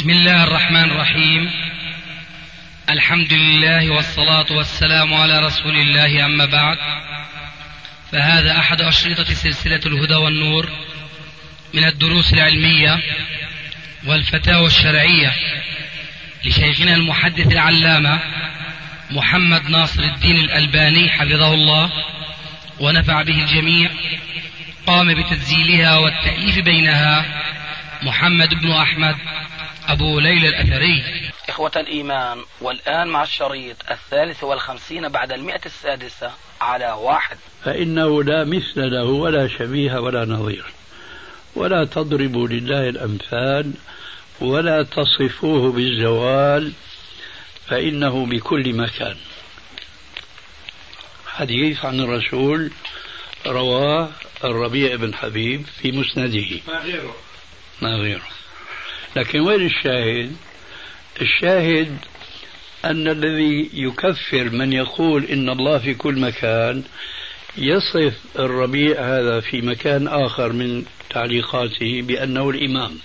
بسم الله الرحمن الرحيم. الحمد لله والصلاة والسلام على رسول الله، أما بعد، فهذا أحد أشرطة سلسلة الهدى والنور من الدروس العلمية والفتاوى الشرعية لشيخنا المحدث العلامة محمد ناصر الدين الألباني حفظه الله ونفع به الجميع. قام بتسجيلها والتأليف بينها محمد بن أحمد أبو ليلى الأثري. إخوة الإيمان، والآن مع الشريط 53 بعد 106 على 1. فإنه لا مثل له ولا شبيه ولا نظير، ولا تضربوا لله الأمثال ولا تصفوه بالزوال، فإنه بكل مكان. حديث عن الرسول رواه الربيع بن حبيب في مسنده ما غيره. لكن وين الشاهد؟ الشاهد أن الذي يكفر من يقول إن الله في كل مكان يصف الربيع هذا في مكان آخر من تعليقاته بأنه الإمام،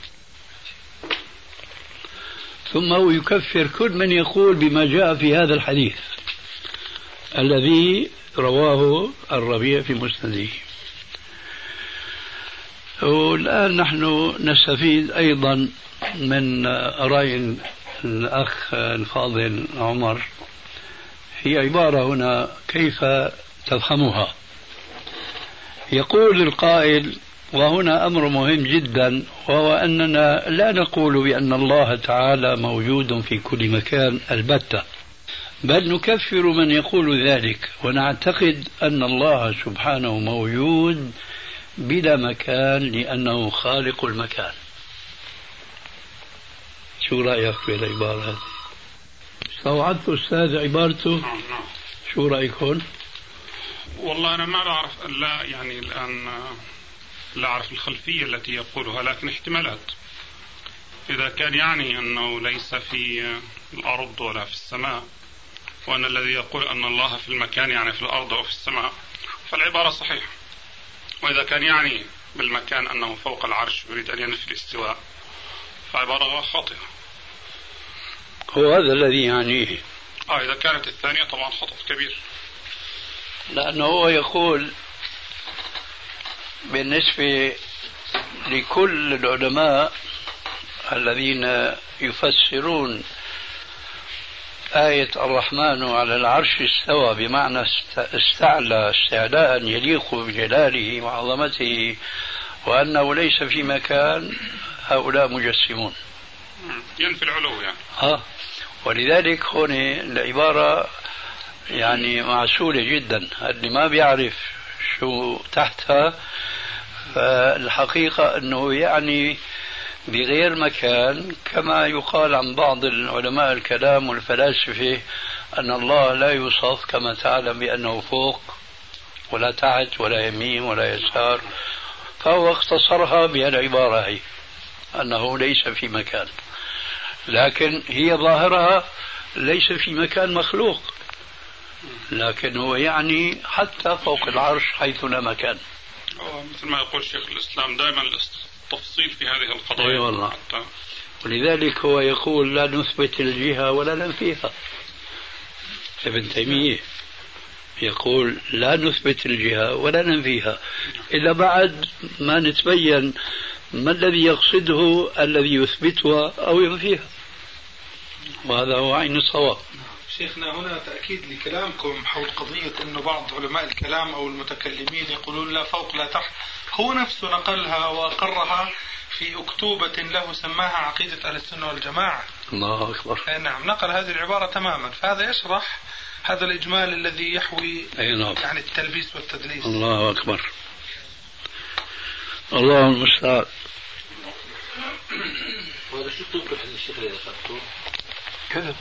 ثم هو يكفر كل من يقول بما جاء في هذا الحديث الذي رواه الربيع في مسنده. والآن نحن نستفيد أيضا من رأي الأخ الفاضل عمر في عبارة هنا كيف تفهمها. يقول القائل، وهنا أمر مهم جدا، وهو أننا لا نقول بأن الله تعالى موجود في كل مكان البتة، بل نكفر من يقول ذلك، ونعتقد أن الله سبحانه موجود بلا مكان لأنه خالق المكان. شو رأيك في العبارة هذه؟ استوعبت أستاذ عبارته؟ نعم. شو رأيكم؟ والله أنا ما بعرف، لا يعني الآن لا أعرف الخلفية التي يقولها، لكن احتمالات. إذا كان يعني أنه ليس في الأرض ولا في السماء، وأن الذي يقول أن الله في المكان يعني في الأرض أو في السماء، فالعبارة صحيحة. وإذا كان يعني بالمكان أنه فوق العرش يريد أن ينفي الاستواء، فعبارة خاطئة. هو هذا الذي يعنيه. إذا كانت الثانية طبعا خطأ كبير، لأنه هو يقول بالنسبة لكل العلماء الذين يفسرون آية الرحمن على العرش استوى بمعنى استعلى استعلاء يليق بجلاله وعظمته، وأنه ليس في مكان، هؤلاء مجسمون ينفي العلو يعني. ولذلك هون العبارة يعني معسولة جدا. اللي ما بيعرف شو تحتها، فالحقيقة أنه يعني بغير مكان، كما يقال عن بعض العلماء الكلام والفلاسفة أن الله لا يوصف كما تعلم بأنه فوق ولا تحت ولا يمين ولا يسار، فهو اختصرها بهالعبارة هي أنه ليس في مكان، لكن هي ظاهرها ليس في مكان مخلوق، لكن هو يعني حتى فوق العرش حيث لا مكان. مثل ما يقول شيخ الإسلام دائما التفصيل في هذه القضايا. أي والله. ولذلك هو يقول لا نثبت الجهة ولا ننفيها. ابن تيمية يقول لا نثبت الجهة ولا ننفيها إلا بعد ما نتبين ما الذي يقصده الذي يثبتها أو ينفيها، وهذا هو عين الصواب. شيخنا، هنا تأكيد لكلامكم حول قضية أن بعض علماء الكلام أو المتكلمين يقولون لا فوق لا تحت. هو نفسه نقلها وأقرها في أكتوبة له سماها عقيدة أهل السنة والجماعة. الله أكبر. نعم، نقل هذه العبارة تماما، فهذا يشرح هذا الإجمال الذي يحوي يعني التلبيس والتدليس. الله أكبر. الله المستعان. وهذا شو تنقل عن الشيخ اللي ذكرته؟ كذب.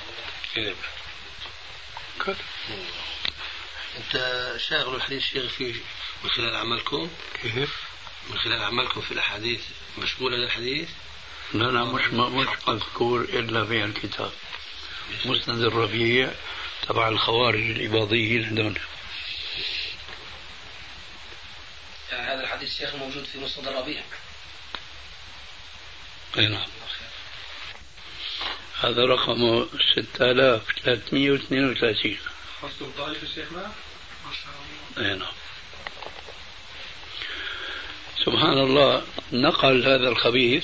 أنت شاغل الحديث شيخ فيه من خلال عملكم؟ كيف؟ من خلال عملكم في الأحاديث مشمولة للحديث؟ لا مش مذكور إلا في الكتاب مسند الربيع تبع الخوارج الإباضيين هذول. يعني هذا الحديث شيخ موجود في مسند الربيع. نعم. هذا رقمه 6332. خاصة ضعيف الشيخنا ما شاء الله. نعم. سبحان الله. نقل هذا الخبيث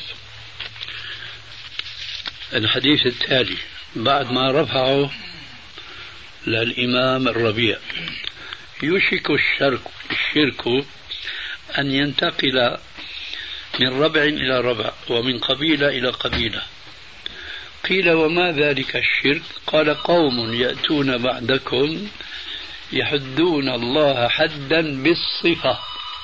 الحديث التالي بعد ما رفعه للإمام الربيع: يوشك الشرك أن ينتقل من ربع إلى ربع ومن قبيلة إلى قبيلة. قيل: وما ذلك الشرك؟ قال: قوم يأتون بعدكم يحدون الله حدا بالصفة.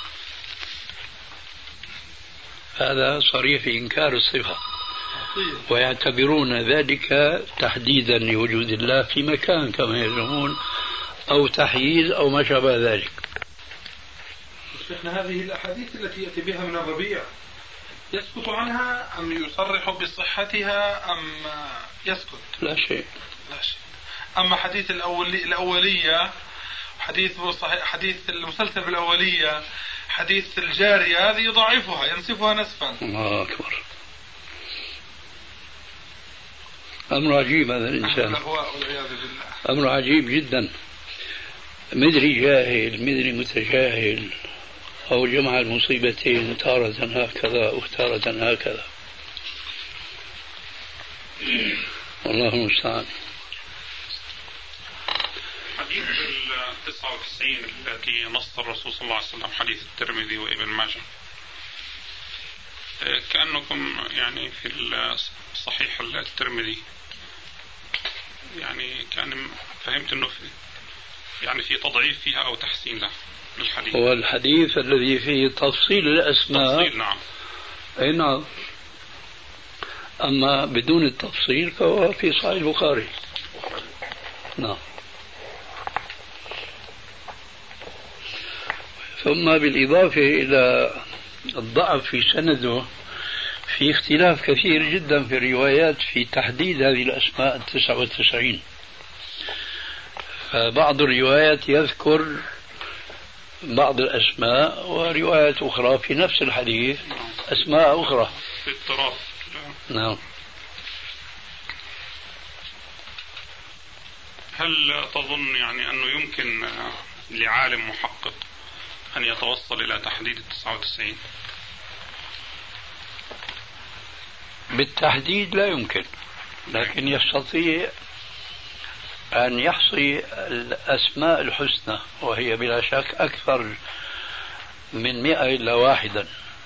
هذا صريح في إنكار الصفة، ويعتبرون ذلك تحديدا لوجود الله في مكان كما يزعمون، أو تحييز أو ما شابه ذلك. شيخنا هذه الأحاديث التي يأتي بها من الربيع يسكت عنها أم يصرح بصحتها أم يسكت؟ لا شيء. لا شيء. أما حديث الأولية، حديث المسلسل بالأولية، حديث الجارية، هذه يضعفها ينسفها نسفا. الله أكبر. أمر عجيب هذا الإنسان، أمر عجيب جدا. مدري جاهل مدري متجاهل، أو جمع المصيبتين تارة هكذا وتارة هكذا. والله المستعان. حديث 99 التي نص الرسول صلى الله عليه وسلم، حديث الترمذي وابن ماجه، كأنكم يعني في الصحيح الترمذي يعني كان فهمت أنه في تضعيف فيها أو تحسين له الحديث. هو الحديث الذي فيه تفصيل الأسماء. تفصيل، نعم. أي نعم. أما بدون التفصيل فهو في صحيح البخاري. نعم. ثم بالإضافة إلى الضعف في سنده، في اختلاف كثير جدا في الروايات في تحديد هذه الأسماء 99. فبعض الروايات يذكر بعض الأسماء، وروايات أخرى في نفس الحديث أسماء أخرى. اضطراب. نعم. هل تظن يعني أنه يمكن لعالم محقق أن يتوصل إلى تحديد 99؟ بالتحديد لا يمكن، لكن يستطيع أن يحصي الأسماء الحسنى، وهي بلا شك أكثر من 100 إلا واحدا.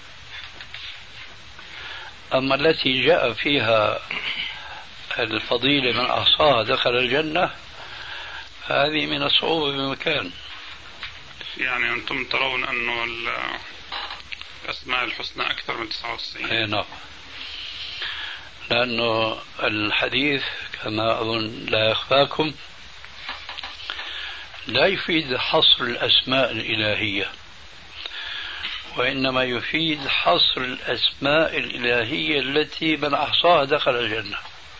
أما التي جاء فيها الفضيلة من أحصاها دخل الجنة، هذه من الصعوبة بمكان. يعني أنتم ترون أنه الأسماء الحسنى أكثر من 99؟ أي نعم. لأنه الحديث كما أظن لا يخفاكم لا يفيد حصر الأسماء الإلهية، وإنما يفيد حصر الأسماء الإلهية التي من أحصاها دخل الجنة.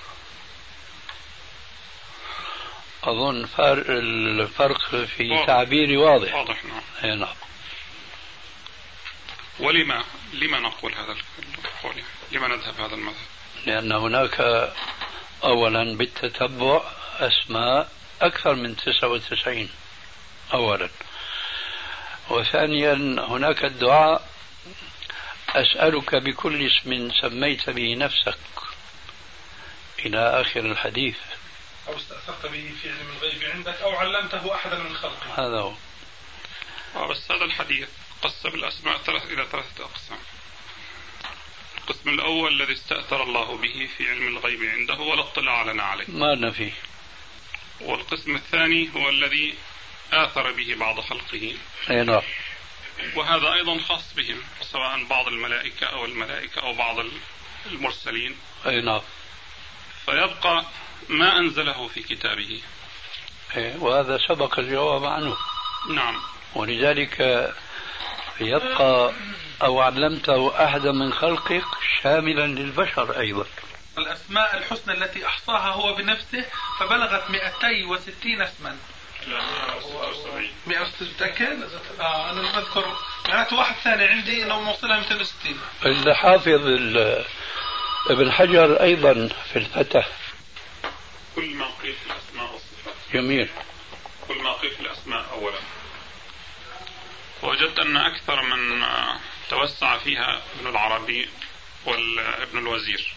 أظن الفرق في تعبيري واضح. واضح، نعم. نعم. لما نقول هذا القول؟ لما نذهب هذا المذهب؟ لأن هناك أولا بالتتبع أسماء أكثر من 99 أولا، وثانيا هناك الدعاء: أسألك بكل اسم سميت به نفسك، إلى آخر الحديث. أو استأثرت به في علم الغيب عندك، أو علمته أحدا من خلقك. هذا هو. بس هذا الحديث قسم الأسماء إلى 3 أقسام. القسم الأول الذي استأثر الله به في علم الغيب عنده ولا اطلاع لنا عليه، ما لنا فيه. والقسم الثاني هو الذي آثر به بعض خلقه، نعم. وهذا أيضا خاص بهم، سواء بعض الملائكة أو بعض المرسلين. نعم. فيبقى ما أنزله في كتابه، وهذا سبق الجواب عنه. نعم. ولذلك يبقى أو علمته أحدا من خلقك شاملا للبشر أيضا. الأسماء الحسنى التي أحصاها هو بنفسه فبلغت 260 اسما. 160 متأكد؟ أنا أذكر معناته واحد ثاني عندي أنه موصلها 260. الحافظ ابن حجر أيضا في الفتح كل ما قيل في الأسماء والصفات. جميل. كل ما قيل في الأسماء أولا. وجدت أن أكثر من توسع فيها ابن العربي وابن الوزير،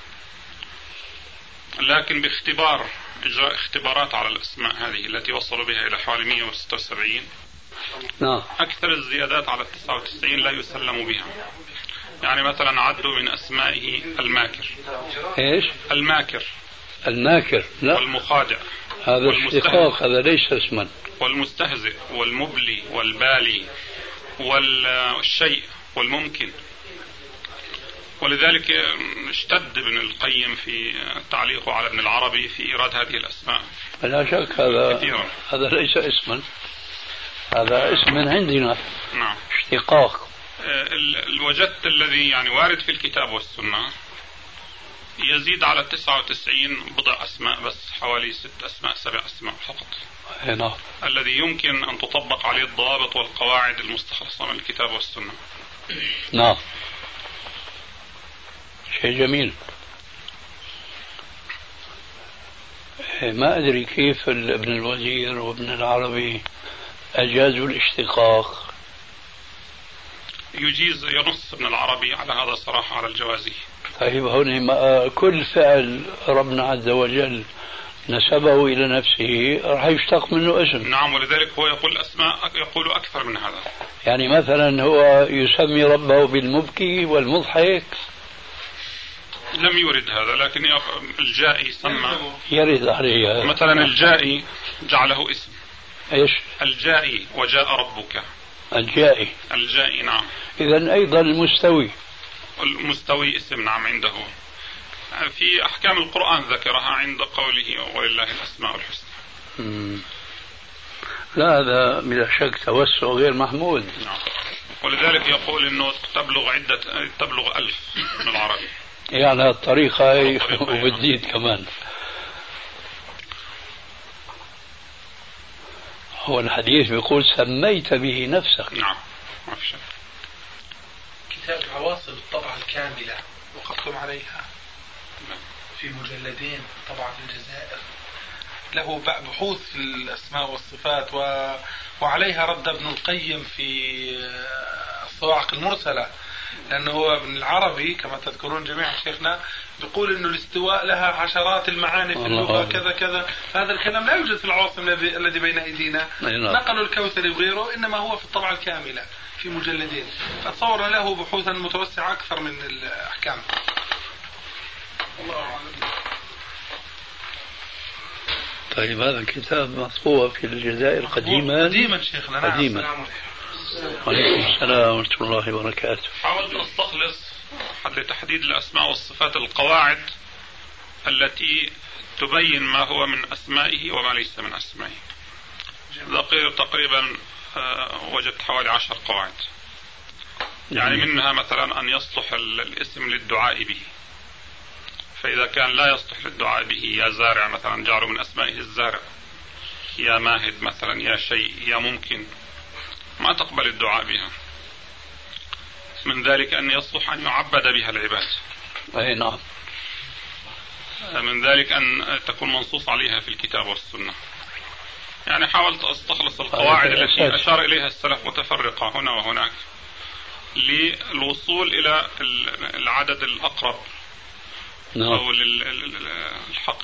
لكن باختبار إجراء اختبارات على الأسماء هذه التي وصلوا بها إلى حوالي 176. نعم. أكثر الزيادات على 99 لا يسلم بها. يعني مثلا عدوا من أسمائه الماكر. إيش؟ الماكر. الماكر لا. والمخادع. هذا اشتقاق، هذا ليس اسما. والمستهزئ والمبلي والبالي والشيء والممكن. ولذلك اشتد ابن القيم في تعليقه على ابن العربي في إيراد هذه الأسماء. لا شك هذا ليس اسما، هذا اسم من عندنا. نعم. اشتقاق. وجدت الذي يعني وارد في الكتاب والسنة يزيد على 99 بضع أسماء، بس حوالي 6 أسماء 7 أسماء فقط. نعم. الذي يمكن أن تطبق عليه الضوابط والقواعد المستخلصة من الكتاب والسنة. نعم. شيء جميل. ما أدري كيف ابن الوزير وابن العربي أجازوا الاشتقاق. ينص ابن العربي على هذا صراحة على الجوازي. طيب هون كل فعل ربنا عز وجل نسبه إلى نفسه راح يشتق منه اسم. نعم، ولذلك هو يقول أسماء يقول أكثر من هذا. يعني مثلا هو يسمي ربه بالمبكي والمضحك. لم يرد هذا، لكن الجائي سمى. يرد عليه مثلا الجائي جعله اسم. ايش؟ الجائي وجاء ربك. الجائي نعم. إذن أيضا المستوي اسم نعم عنده. في أحكام القرآن ذكرها عند قوله ولله الأسماء الحسنى. لا هذا بلا شك توسع غير محمود. نعم. ولذلك يقول إنه تبلغ 1000 من العربي. يعني الطريقة وبتزيد كمان. هو الحديث بيقول سميت به نفسك. نعم ما في شك. كتاب عواصم الطبعة الكاملة وقفتم عليها في مجلدين طبعا في الجزائر، له بحوث في الأسماء والصفات وعليها رد ابن القيم في الصواعق المرسلة، لأنه هو ابن العربي كما تذكرون جميعا شيخنا بيقول إنه الاستواء لها عشرات المعاني في اللغة كذا كذا. هذا الكلام لا يوجد في العواصم الذي بين أيدينا. نقلوا الكوثري وغيره، إنما هو في الطبعة الكاملة في مجلدين، فتصور له بحوثا متوسعة أكثر من الأحكام. الله أعلم. طيب هذا الكتاب مطبوع في الجزائر قديما شيخنا. قديما. نعم. وعليكم السلام ورحمة الله وبركاته. حاولت نستخلص لتحديد الأسماء والصفات القواعد التي تبين ما هو من أسمائه وما ليس من أسمائه. تقريبا وجدت حوالي 10 قواعد. يعني منها مثلا أن يصلح الاسم للدعاء به، فإذا كان لا يصلح للدعاء به يا زارع مثلا جعلوا من أسمائه الزارع، يا ماهد مثلا، يا شيء، يا ممكن، ما تقبل الدعاء بها. من ذلك أن يصلح أن يعبد بها العباد. أي نعم. من ذلك أن تكون منصوص عليها في الكتاب والسنة. يعني حاولت أستخلص القواعد التي أشار إليها السلف متفرقة هنا وهناك للوصول إلى العدد الأقرب أو الحق،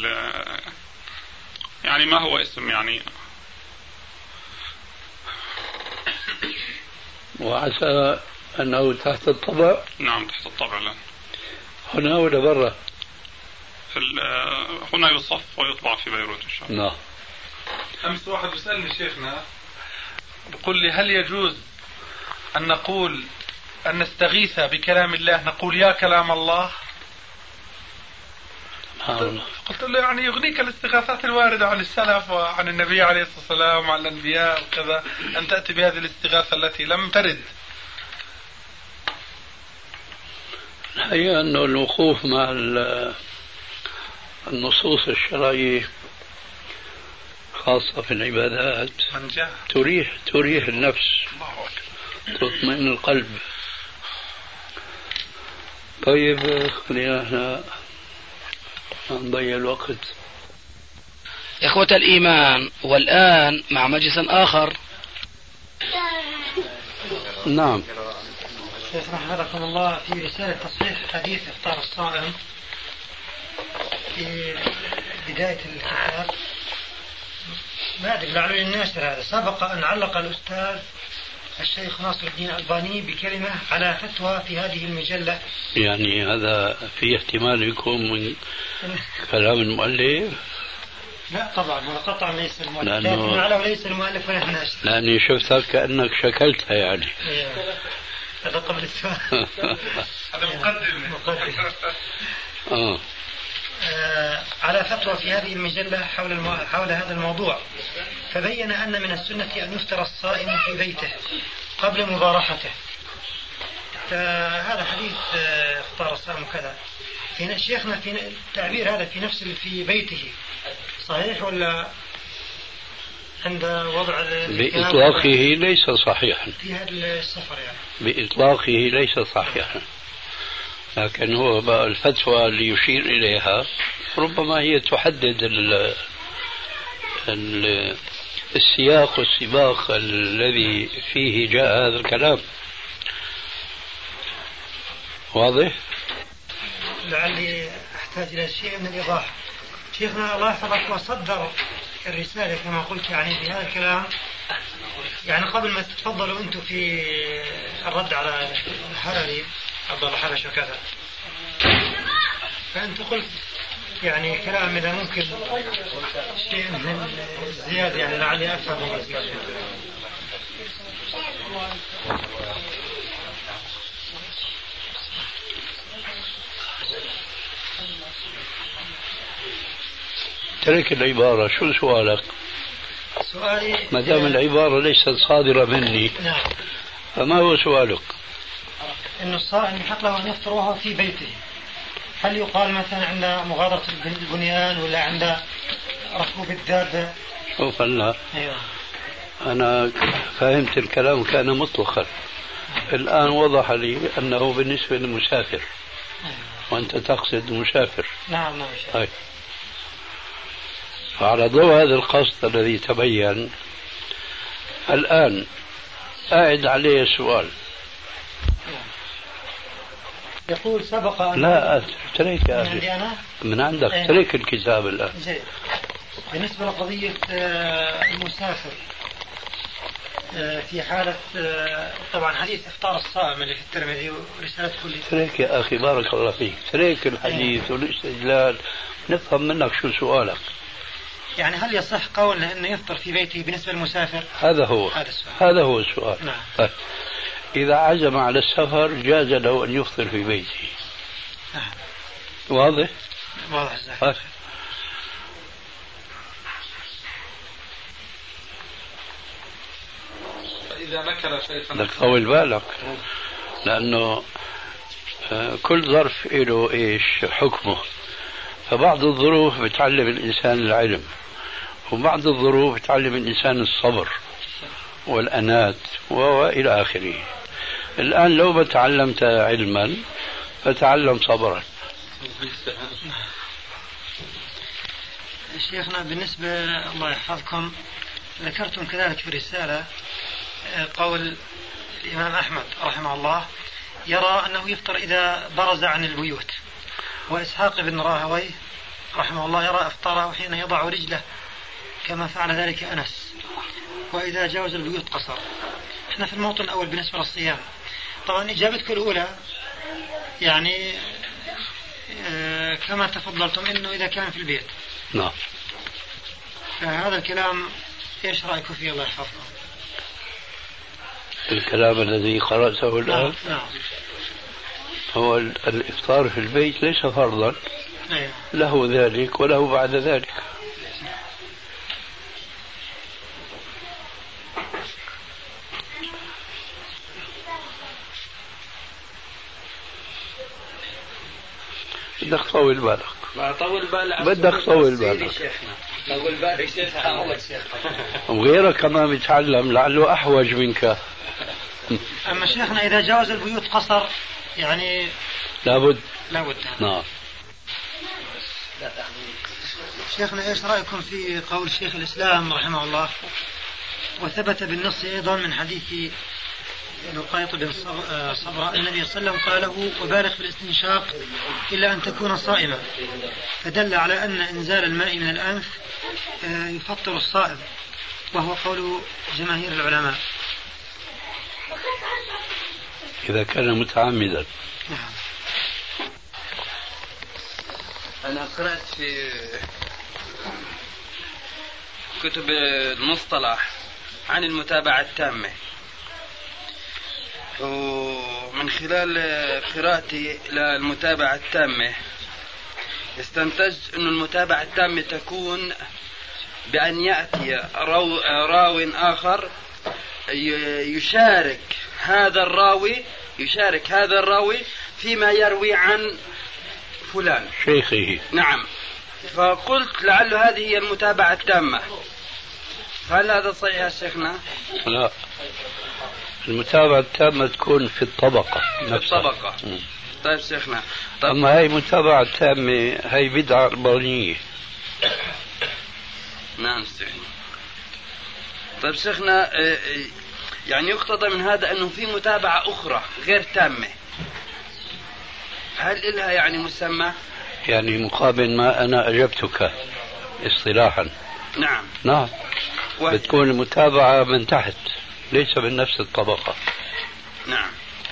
يعني ما هو اسم يعني. وعسى أنه تحت الطبع. نعم تحت الطبع الآن. هنا ولا برا؟ هنا يصف ويطبع في بيروت إن شاء الله. نعم. أمس واحد بيسألني شيخنا بيقول لي هل يجوز أن نقول أن نستغيث بكلام الله، نقول يا كلام الله؟ قلت له يعني يغنيك الاستغاثات الواردة عن السلف وعن النبي عليه الصلاة والسلام وعن الأنبياء وكذا أن تأتي بهذه الاستغاثة التي لم ترد. الحقيقة أنه الوقوف مع النصوص الشرعية خاصة في العبادات تريح النفس، تطمئن القلب. طيب خلينا احنا نضيع الوقت. إخوة الإيمان، والآن مع مجلس آخر. نعم. شيخنا حفظكم الله، في رسالة تصحيح حديث إفطار الصائم في بداية الكتاب، ما أدري لعله الناشر هذا، سبق أن علق الأستاذ الشيخ ناصر الدين الألباني بكلمة على فتوى في هذه المجلة. يعني هذا في احتمال يكون من كلام المؤلف؟ لا طبعا، هو قطعا ليس المؤلف، لكن لعله ليس المؤلف ونحن ناشر. لأني شفتك كأنك شكلتها يعني. هذا قبل السؤال. هذا مقدمة. على فتوى في هذه المجلة حول هذا الموضوع، فبين أن من السنة أن يفطر الصائم في بيته قبل مبارحته. هذا حديث افطار الصائم كذا، في شيخنا في التعبير هذا في نفس في بيته صحيح ولا عند وضع بإطلاقه ليس صحيحا في هذا السفر يعني؟ بإطلاقه ليس صحيحا، لكن هو بقى الفتوى اللي يشير إليها ربما هي تحدد السياق والسباق الذي فيه جاء هذا الكلام. واضح؟ لعلي أحتاج إلى شيء من الإيضاح. شيخنا الله يحفظك، وصدر الرسالة كما قلت يعني بهذا الكلام، يعني قبل ما تتفضلوا أنتم في الرد على الحرري عبد الله حبش وكذا، فأنت قلت يعني كلام إذا ممكن شيء من الزيادة، يعني لعلي أفهم زيادة. ترك العبارة. شو سؤالك؟ سؤالي ما دام العبارة ليست صادرة مني، نعم، فما هو سؤالك؟ إنه الصائم يحق له أن يفطر وهو في بيته، هل يقال مثلا عند مغادرة البنيان ولا عند ركوب الدابة؟ شوف هلا، أيوة. أنا فهمت الكلام كان مطلقا، الآن وضح لي أنه بالنسبة للمسافر. أيوة. وأنت تقصد مسافر. نعم. طيب، فعلى ضوء هذا القصد الذي تبين الآن أعد عليه السؤال. يقول سبق أن لا تريك يا عندي أنا من عندك تريك الكتاب الآن. زين. بالنسبة لقضية المسافر في حالة طبعا حديث إفطار الصائم اللي في الترمذي ورسالة كل تريك يا أخي بارك الله فيك، تريك الحديث والاستدلال، نفهم منك شو سؤالك. يعني هل يصح قول أنه يفطر في بيته بالنسبة للمسافر؟ هذا هو السؤال. نعم. طيب. إذا عزم على السفر جاز له أن يفطر في بيته. نعم. واضح؟ واضح. إذا نكر شيخنا بدك طول بالك، لأنه كل ظرف له إيش حكمه، فبعض الظروف بتعلم الإنسان العلم، وبعض الظروف بتعلم الإنسان الصبر والأنات وإلى آخره. الآن لو ما تعلمت علما فتعلم صبرا. شيخنا بالنسبة الله يحفظكم، ذكرتم كذلك في الرسالة قول الإمام أحمد رحمه الله يرى أنه يفطر إذا برز عن البيوت، وإسحاق بن راهويه رحمه الله يرى إفطاره حين يضع رجله كما فعل ذلك أنس، وإذا جاوز البيوت قصر. احنا في الموطن الأول بالنسبة للصيام، طبعا إجابتكم الأولى يعني كما تفضلتم إنه إذا كان في البيت. نعم. فهذا الكلام إيش رأيكم فيه الله يحفظكم؟ الكلام الذي قرأته الآن نعم. هو الإفطار في البيت ليس فرضا، أيوه. له ذلك وله بعد ذلك. بدك طول بالك. بدك طول بالك. وغيرك كمان بيتعلم لعله أحوج منك. أما شيخنا إذا جاوز البيوت قصر يعني لابد. نعم. شيخنا ايش رايكم في قول شيخ الاسلام رحمه الله وثبت بالنص ايضا من حديث لقيط بن صبرا النبي صلى الله عليه وسلم قاله وبالغ في الاستنشاق الا ان تكون صائما، فدل على ان انزال الماء من الانف يفطر الصائم، وهو قول جماهير العلماء. إذا كان متعمدا. نعم. أنا قرأت في كتب المصطلح عن المتابعة التامة، ومن خلال قراءتي للمتابعة التامة استنتجت أن المتابعة التامة تكون بأن يأتي راو آخر يشارك هذا الراوي فيما يروي عن فلان شيخه. نعم. فقلت لعل هذه هي المتابعة التامة. هل هذا صحيح يا شيخنا؟ لا، المتابعة التامة تكون في الطبقة نفسها. طيب شيخنا. أما هي متابعة تامة هي بدعة ربانية. نعم شيخنا. طيب شيخنا، يعني يقتضى من هذا أنه في متابعة أخرى غير تامة، هل لها يعني مسمى؟ يعني مقابل ما أنا أجبتك اصطلاحا. نعم. بتكون المتابعة من تحت ليس من نفس الطبقة. نعم.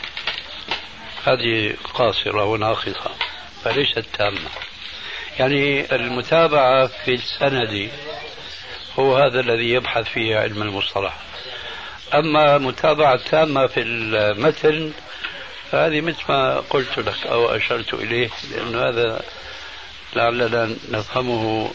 هذه قاصرة وناقصة فليست تامة. يعني المتابعة في السند هو هذا الذي يبحث فيه علم المصطلح. أما متابعة تامة في المتن فهذه مثل ما قلت لك أو أشرت إليه، لأن هذا لعلنا نفهمه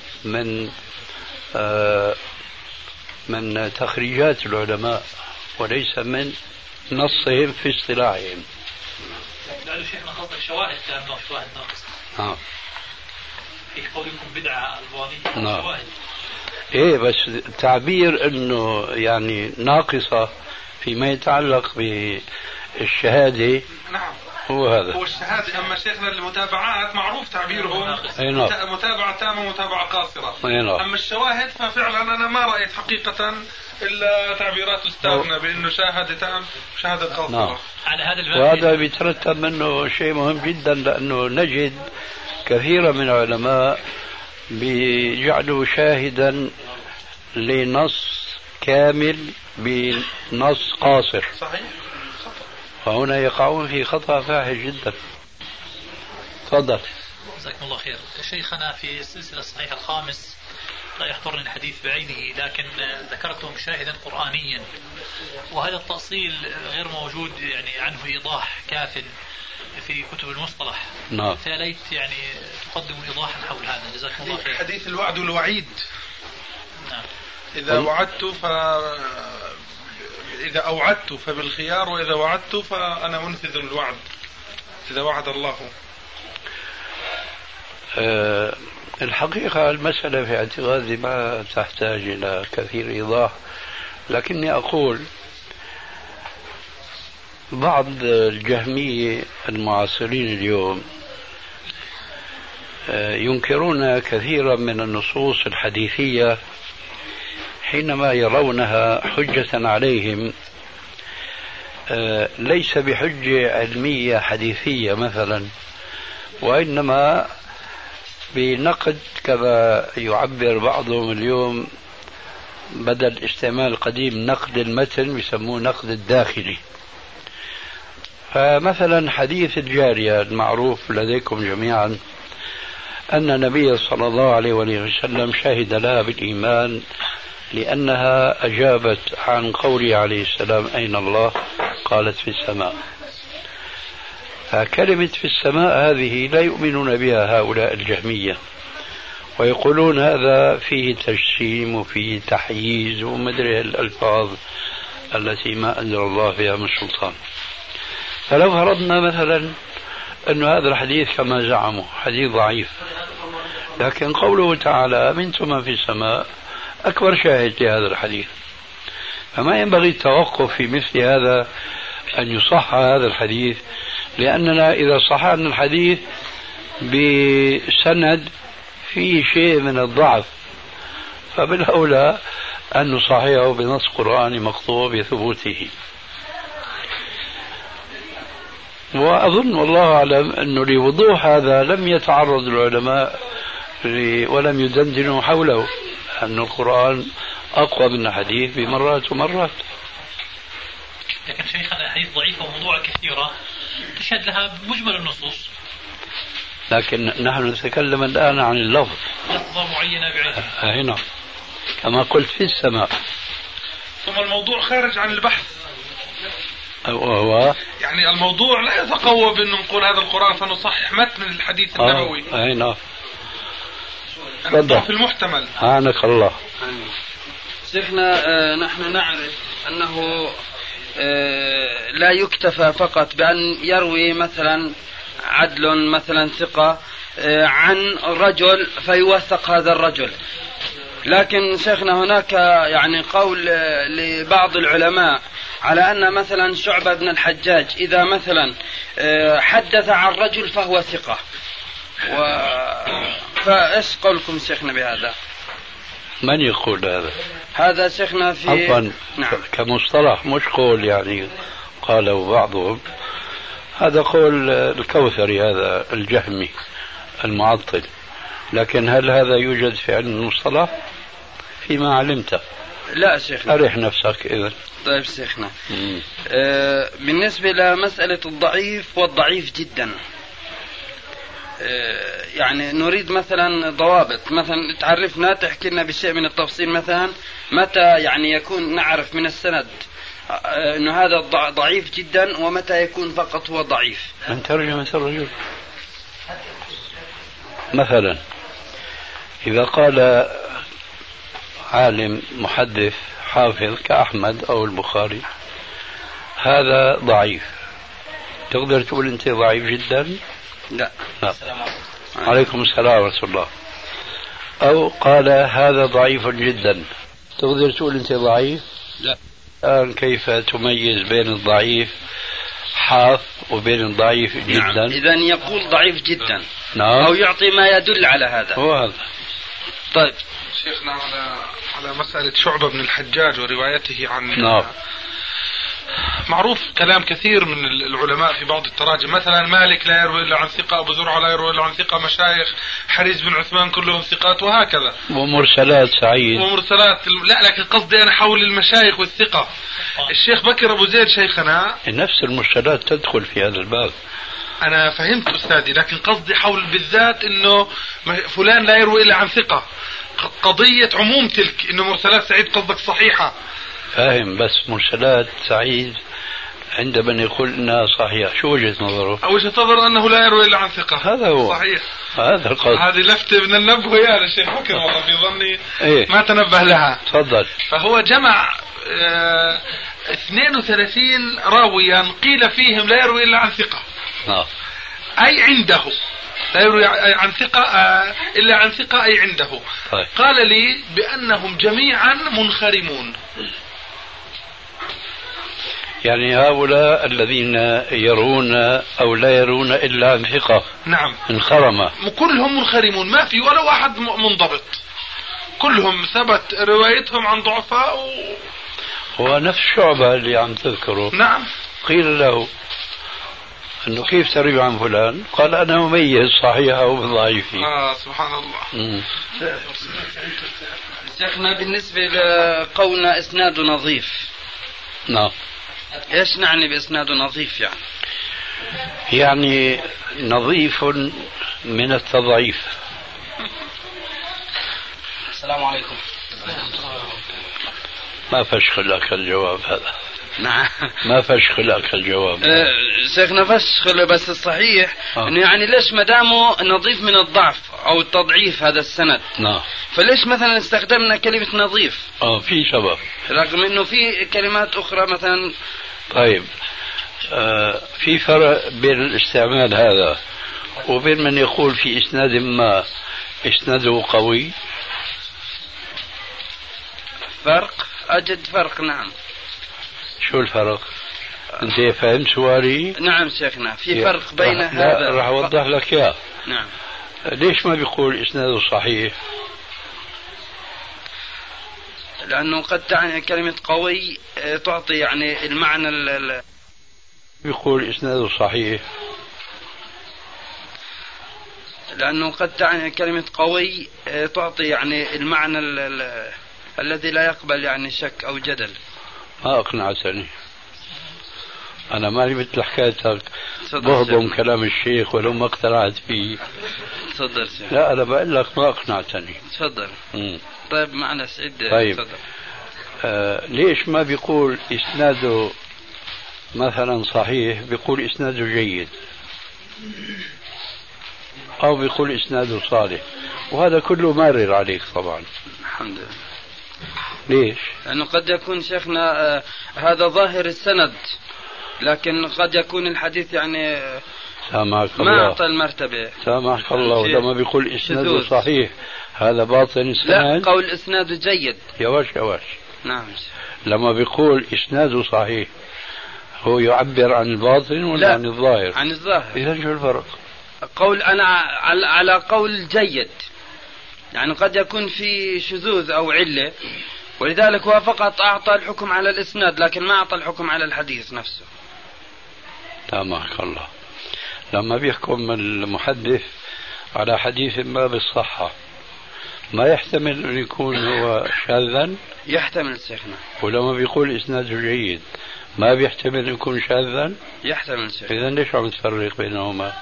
من تخريجات العلماء وليس من نصهم في اصطلاحهم. لأنه شيخنا قصدك شواهد تامة وشواهد ناقصة. نعم. في قولكم بدعة البانية. نعم. شواهد. إيه، بس تعبير إنه يعني ناقصة فيما يتعلق بالشهادة. نعم. هو هذا. هو الشهادة. أما شيخنا المتابعات معروف تعبيرهم متابعة تامة ومتابعة قاصرة. أما الشواهد ففعلا أنا ما رأيت حقيقة إلا تعبيرات أستاذنا بأنه شاهد تام وشهادة قاصرة. على هذا الباب. وهذا بيترتب منه شيء مهم جدا، لأنه نجد كثيرا من العلماء بيجعلوا شاهدا لنص كامل بنص قاصر. صحيح. فهنا يقعون في خطأ فاحش جدا. تفضل. جزاكم الله خير. شيخنا في السلسلة الصحيحة الخامس لا يحضرني الحديث بعينه، لكن ذكرتم شاهدا قرآنيا، وهذا التأصيل غير موجود يعني عنه إيضاح كاف في كتب المصطلح. نعم. فليت يعني تقدم إيضاحا حول هذا. جزاكم الله خير. حديث الوعد والوعيد. نعم. إذا أوعدت فبالخيار، وإذا وعدت فأنا منفذ الوعد إذا وعد الله. الحقيقة المسألة في اعتقادي ما تحتاج إلى كثير إيضاح، لكني أقول بعض الجهمية المعاصرين اليوم ينكرون كثيرا من النصوص الحديثية حينما يرونها حجة عليهم، ليس بحجة علمية حديثية مثلا، وإنما بنقد كما يعبر بعضهم اليوم بدل استعمال قديم نقد المتن يسموه نقد الداخلي. فمثلا حديث الجارية المعروف لديكم جميعا أن النبي صلى الله عليه وسلم شهد لها بالإيمان لأنها أجابت عن قوله عليه السلام أين الله؟ قالت في السماء. فكلمة في السماء هذه لا يؤمنون بها هؤلاء الجهمية، ويقولون هذا فيه تجسيم وفيه تحييز ومدري الألفاظ التي ما أنزل الله فيها من سلطان. فلو فرضنا مثلا أن هذا الحديث كما زعموا حديث ضعيف، لكن قوله تعالى منتم من في السماء أكبر شاهد لهذا الحديث، فما ينبغي التوقف في مثل هذا أن يصح هذا الحديث، لأننا إذا صححنا الحديث بسند في شيء من الضعف، فبالأولى أن نصححه بنص قرآني مقطوع بثبوته. وأظن والله أعلم أنه لوضوح هذا لم يتعرض العلماء ولم يدندنوا حوله، أن القرآن أقوى من الحديث بمرات ومرات. لكن شيخنا الحديث ضعيفة وموضوع كثيرة تشهد لها بمجمل النصوص، لكن نحن نتكلم الآن عن اللفظ، لفظة معينة بعينها. هنا كما قلت في السماء. ثم الموضوع خارج عن البحث، وهو يعني الموضوع لا يتقوى بأن نقول هذا القرآن فنصحح متن الحديث النبوي. هنا في المحتمل. عنك الله. شيخنا نحن نعرف أنه لا يكتفى فقط بأن يروي مثلا عدل مثلا ثقة عن رجل فيوثق هذا الرجل، لكن شيخنا هناك يعني قول لبعض العلماء على أن مثلا شعبة بن الحجاج إذا مثلا حدث عن رجل فهو ثقة، فإيش قولكم شيخنا بهذا؟ من يقول هذا؟ هذا شيخنا في عفوا نعم. كمصطلح مش قول يعني قاله بعضهم، هذا قول الكوثري هذا الجهمي المعطل، لكن هل هذا يوجد في علم المصطلح فيما علمت؟ لا شيخنا. أريح نفسك إذن. طيب شيخنا بالنسبة لمسألة الضعيف والضعيف جدا، يعني نريد مثلا ضوابط، مثلا تعرفنا تحكي لنا بشيء من التفصيل، مثلا متى يعني يكون نعرف من السند أنه هذا ضعيف جدا، ومتى يكون فقط هو ضعيف. من ترجمة الرجل مثلا إذا قال عالم محدث حافظ كأحمد أو البخاري هذا ضعيف، تقدر تقول أنت ضعيف جدا؟ لا. عليكم السلام ورحمة الله. أو قال هذا ضعيف جدا، تقدر تقول أنت ضعيف؟ لا. الآن كيف تميز بين الضعيف حاف وبين الضعيف جدا؟ نعم. إذن يقول ضعيف جدا. نعم. أو يعطي ما يدل على هذا. هو هذا. طيب شيخنا على مسألة شعبة بن الحجاج وروايته عن نعم. معروف كلام كثير من العلماء في بعض التراجم، مثلا مالك لا يروي إلا عن ثقة، أبو زرعة لا يروي إلا عن ثقة، مشايخ حريز بن عثمان كلهم ثقات، وهكذا. ومرسلات سعيد ومرسلات. لا لكن قصدي أنا حول المشايخ والثقة. الشيخ بكر أبو زيد شيخنا نفس المرسلات تدخل في هذا الباب. أنا فهمت أستاذي، لكن قصدي حول بالذات إنه فلان لا يروي إلا عن ثقة، قضية عموم تلك، إنه مرسلات سعيد قصدك صحيحة. فاهم، بس مرسلات سعيد عند من يقول انها صحيحه شو وجهه نظره؟ وجهه نظر انه لا يروي الا عن ثقه. هذا هو صحيح. هذا القصد. هذه لفته من النبه يا الشيخ بكر، والله في ظني إيه؟ ما تنبه لها. تفضل. فهو جمع 32 راويا قيل فيهم لا يروي الا عن ثقه. اي عنده لا يروي عن ثقة إلا عن ثقة أي عنده. طيب. قال لي بأنهم جميعا منخرمون، يعني هؤلاء الذين يرون أو لا يرون إلا عن ثقة. نعم. انخرمة. كلهم منخرمون، ما في ولا واحد منضبط، كلهم ثبت روايتهم عن ضعفاء هو نفس شعبة اللي عم تذكره. نعم. قيل له أنه كيف تروي عن فلان؟ قال أنا مميز صحيحة وضعيفة. سبحان الله. شيخنا بالنسبة لقولنا إسناد نظيف، نعم، إيش نعني بإسناد نظيف؟ يعني نظيف من التضعيف. السلام عليكم. ما فشخ لك الجواب هذا. نعم. ما فشخ لك الجواب. شيخنا فشخ، بس الصحيح انه يعني ليش ما دامه نظيف من الضعف او التضعيف هذا السند، نعم، فليش مثلا استخدمنا كلمة نظيف؟ في سبب، رغم انه في كلمات اخرى مثلا. طيب في فرق بين الاستعمال هذا وبين من يقول في اسناد ما اسناده قوي. فرق، اجد فرق. نعم. شو الفرق؟ انت فهمت سؤالي؟ نعم شيخنا، في فرق بين هذا. راح اوضح لك اياه. نعم. ليش ما بيقول إسناده صحيح؟ لأنه قد تعني كلمة قوي تعطي يعني المعنى بيقول إسناده صحيح لأنه قد تعني كلمة قوي تعطي يعني المعنى الذي لا يقبل يعني شك أو جدل. ما أقنعتني، أنا مالي مثل حكايتك بهضم كلام الشيخ ولو ما اقتنعت فيه. تفضل شيخ. لا أنا بقول لك ما أقنعتني. تفضل. طيب معنا سعيد. طيب ليش ما بيقول إسناده مثلا صحيح، بيقول إسناده جيد أو بيقول إسناده صالح، وهذا كله مارر عليك طبعا. الحمد لله. ليش؟ لأنه قد يكون شيخنا هذا ظاهر السند، لكن قد يكون الحديث يعني سامحك ما الله، أعطى المرتبة. سامحك الله. لما بيقول إسناده صحيح هذا باطن السند. لا، قول إسناده جيد. يواش نعم. لما بيقول إسناده صحيح هو يعبر عن الباطن ولا عن الظاهر؟ عن الظاهر. إذا شو الفرق؟ قول أنا على قول جيد، يعني قد يكون في شذوذ أو علة، ولذلك هو فقط أعطى الحكم على الإسناد لكن ما أعطى الحكم على الحديث نفسه. سامحك الله. لما بيحكم المحدث على حديث ما بالصحة ما يحتمل أن يكون هو شاذا؟ يحتمل شيخنا. ولما بيقول إسناده جيد ما بيحتمل أن يكون شاذا؟ يحتمل شيخنا. إذا ليش عم تفرق بينهما؟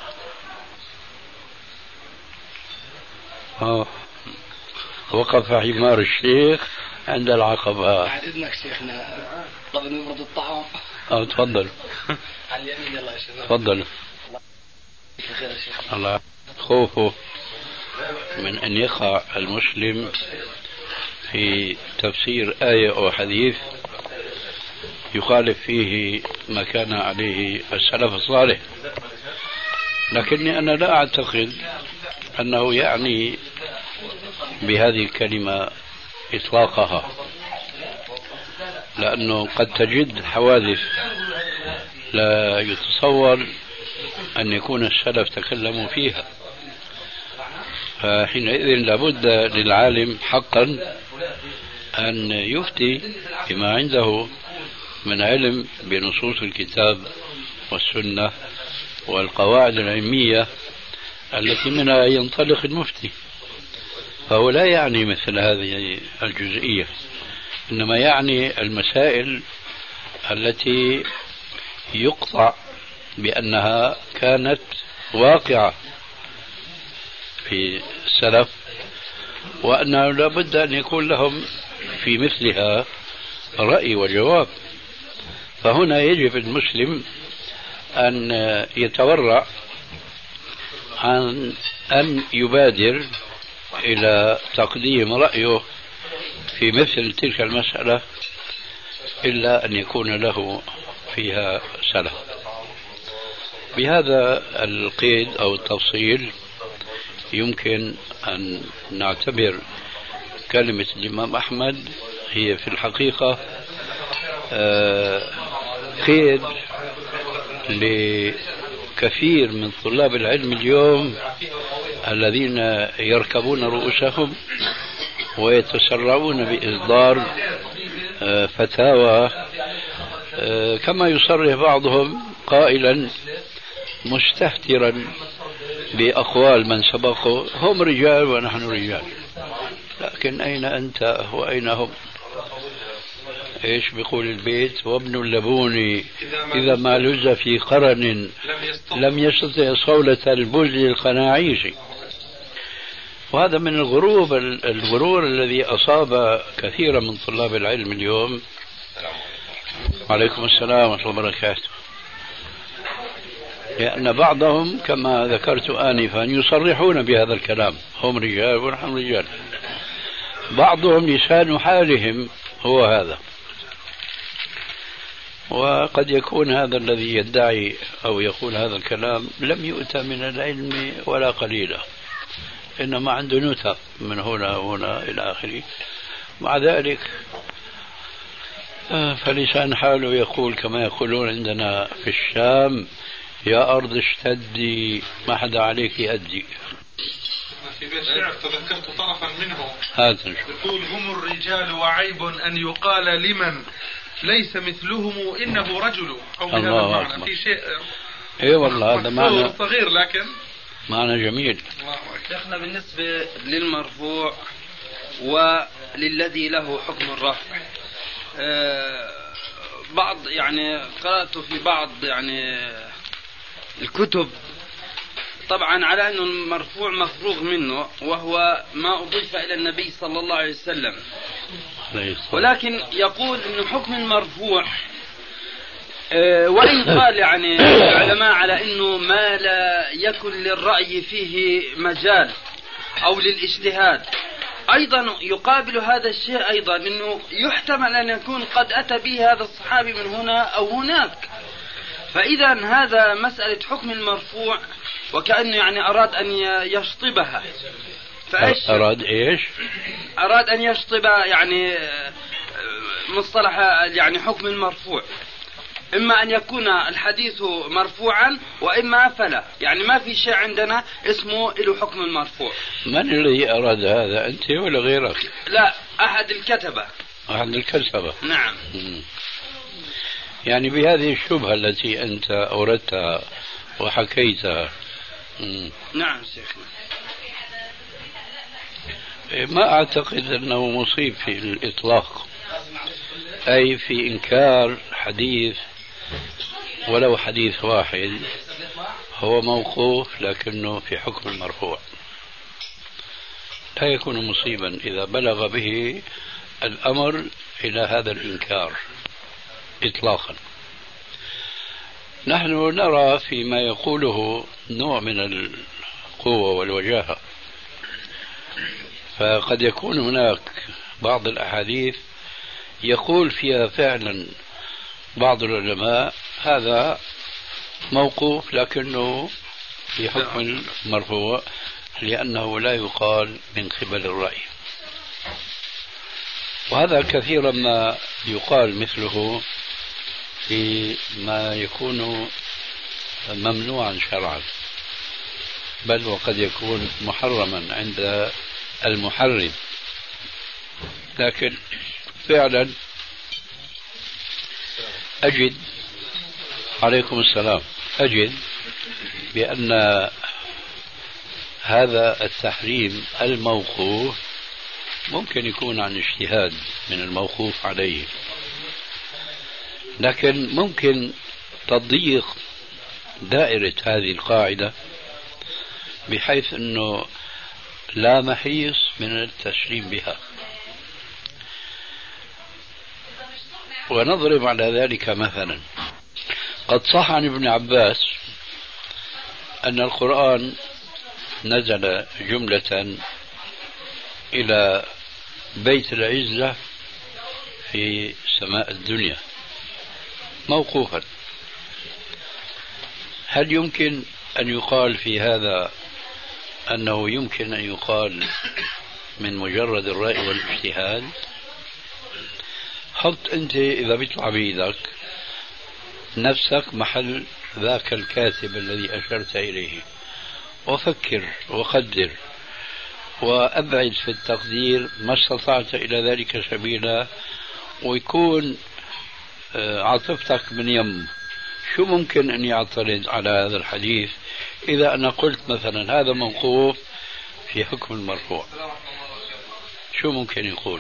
وقف حمار الشيخ عند العقبة. بعد إذنك شيخنا طب نبرد الطعام. تفضل. على اليمين يلا يا شيخ. تفضل. الله. خوفه من أن يقع المسلم في تفسير آية أو حديث يخالف فيه ما كان عليه السلف الصالح، لكني أنا لا أعتقد أنه يعني بهذه الكلمة إطلاقها، لأنه قد تجد حوادث لا يتصور أن يكون السلف تكلموا فيها، فحينئذ لابد للعالم حقا أن يفتي بما عنده من علم بنصوص الكتاب والسنة والقواعد العلمية التي منها ينطلق المفتي. فهو لا يعني مثل هذه الجزئية، إنما يعني المسائل التي يقطع بأنها كانت واقعة في السلف، وأنه لابد أن يكون لهم في مثلها رأي وجواب. فهنا يجب المسلم أن يتورع عن أن يبادر إلى تقديم رأيه في مثل تلك المسألة إلا أن يكون له فيها سلف. بهذا القيد أو التفصيل يمكن أن نعتبر كلمة الإمام أحمد هي في الحقيقة قيد لكثير من طلاب العلم اليوم الذين يركبون رؤوسهم ويتسرعون بإصدار فتاوى، كما يصرح بعضهم قائلا مستهترا بأقوال من سبقه: هم رجال ونحن رجال. لكن أين أنت وأين هم؟ إيش بيقول البيت؟ وابن اللبون إذا ما لز في قرن لم يستطع صولة البزل القناعيش. وهذا من الغرور الذي أصاب كثيرا من طلاب العلم اليوم. عليكم السلام ورحمة الله وبركاته. لأن بعضهم كما ذكرت آنفا يصرحون بهذا الكلام: هم رجال ونحن رجال. بعضهم لسان حالهم هو هذا. وقد يكون هذا الذي يدعي أو يقول هذا الكلام لم يؤتى من العلم ولا قليلا، إنما عنده نتف من هنا وهنا إلى آخره. مع ذلك فلسان حاله يقول كما يقولون عندنا في الشام: يا أرض اشتدي ما حدا عليك يأدي. في بيت شعر تذكرت طرفا منه هذا يقول: هم الرجال وعيب أن يقال لمن ليس مثلهم إنه رجل، أو بهذا المعنى في شيء. اي والله هذا معنى صغير لكن معنى جميل. شيخنا بالنسبة للمرفوع وللذي له حكم الرفع، بعض يعني قرأت في بعض يعني الكتب طبعا على أنه المرفوع مفروغ منه، وهو ما أضيف إلى النبي صلى الله عليه وسلم، ولكن يقول أنه حكم المرفوع وإن قال يعني العلماء على أنه ما لا يكن للرأي فيه مجال أو للاجتهاد، أيضا يقابل هذا الشيء أيضا أنه يحتمل أن يكون قد أتى به هذا الصحابي من هنا أو هناك. فإذا هذا مسألة حكم المرفوع وكأنه يعني أراد أن يشطبها. فإيش أراد إيش؟ أراد أن يشطب يعني مصطلح يعني حكم المرفوع، إما أن يكون الحديث مرفوعا وإما فلا، يعني ما في شيء عندنا اسمه له حكم المرفوع. من الذي أراد هذا، أنت ولا غيرك؟ لا، أحد الكتبة. أحد الكتبة، نعم. يعني بهذه الشبهة التي أنت أوردتها وحكيتها. نعم شيخنا. ما أعتقد أنه مصيب في الإطلاق، أي في إنكار حديث ولو حديث واحد هو موقوف لكنه في حكم المرفوع، لا يكون مصيبا إذا بلغ به الأمر إلى هذا الإنكار إطلاقا. نحن نرى فيما يقوله نوع من القوة والوجاهة، فقد يكون هناك بعض الأحاديث يقول فيها فعلا بعض العلماء هذا موقوف لكنه في حكم المرفوع، لأنه لا يقال من قبل الرأي، وهذا كثيرا ما يقال مثله في ما يكون ممنوعا شرعا، بل وقد يكون محرما عند المحرم. لكن فعلا أجد عليكم السلام أجد بأن هذا التحريم الموقوف ممكن يكون عن اجتهاد من الموقوف عليه، لكن ممكن تضييق دائرة هذه القاعدة بحيث أنه لا محيص من التسليم بها. ونضرب على ذلك مثلا، قد صح عن ابن عباس أن القرآن نزل جملة إلى بيت العزة في سماء الدنيا موقوفا. هل يمكن أن يقال في هذا أنه يمكن أن يقال من مجرد الرأي والاجتهاد؟ حط أنت إذا بيطلع بيدك نفسك محل ذاك الكاتب الذي أشرت إليه، وفكر وقدر وأبعد في التقدير ما استطعت إلى ذلك سبيلا، ويكون عاطفتك من يم. شو ممكن أن يعترض على هذا الحديث إذا أنا قلت مثلا هذا موقوف في حكم المرفوع؟ شو ممكن يقول؟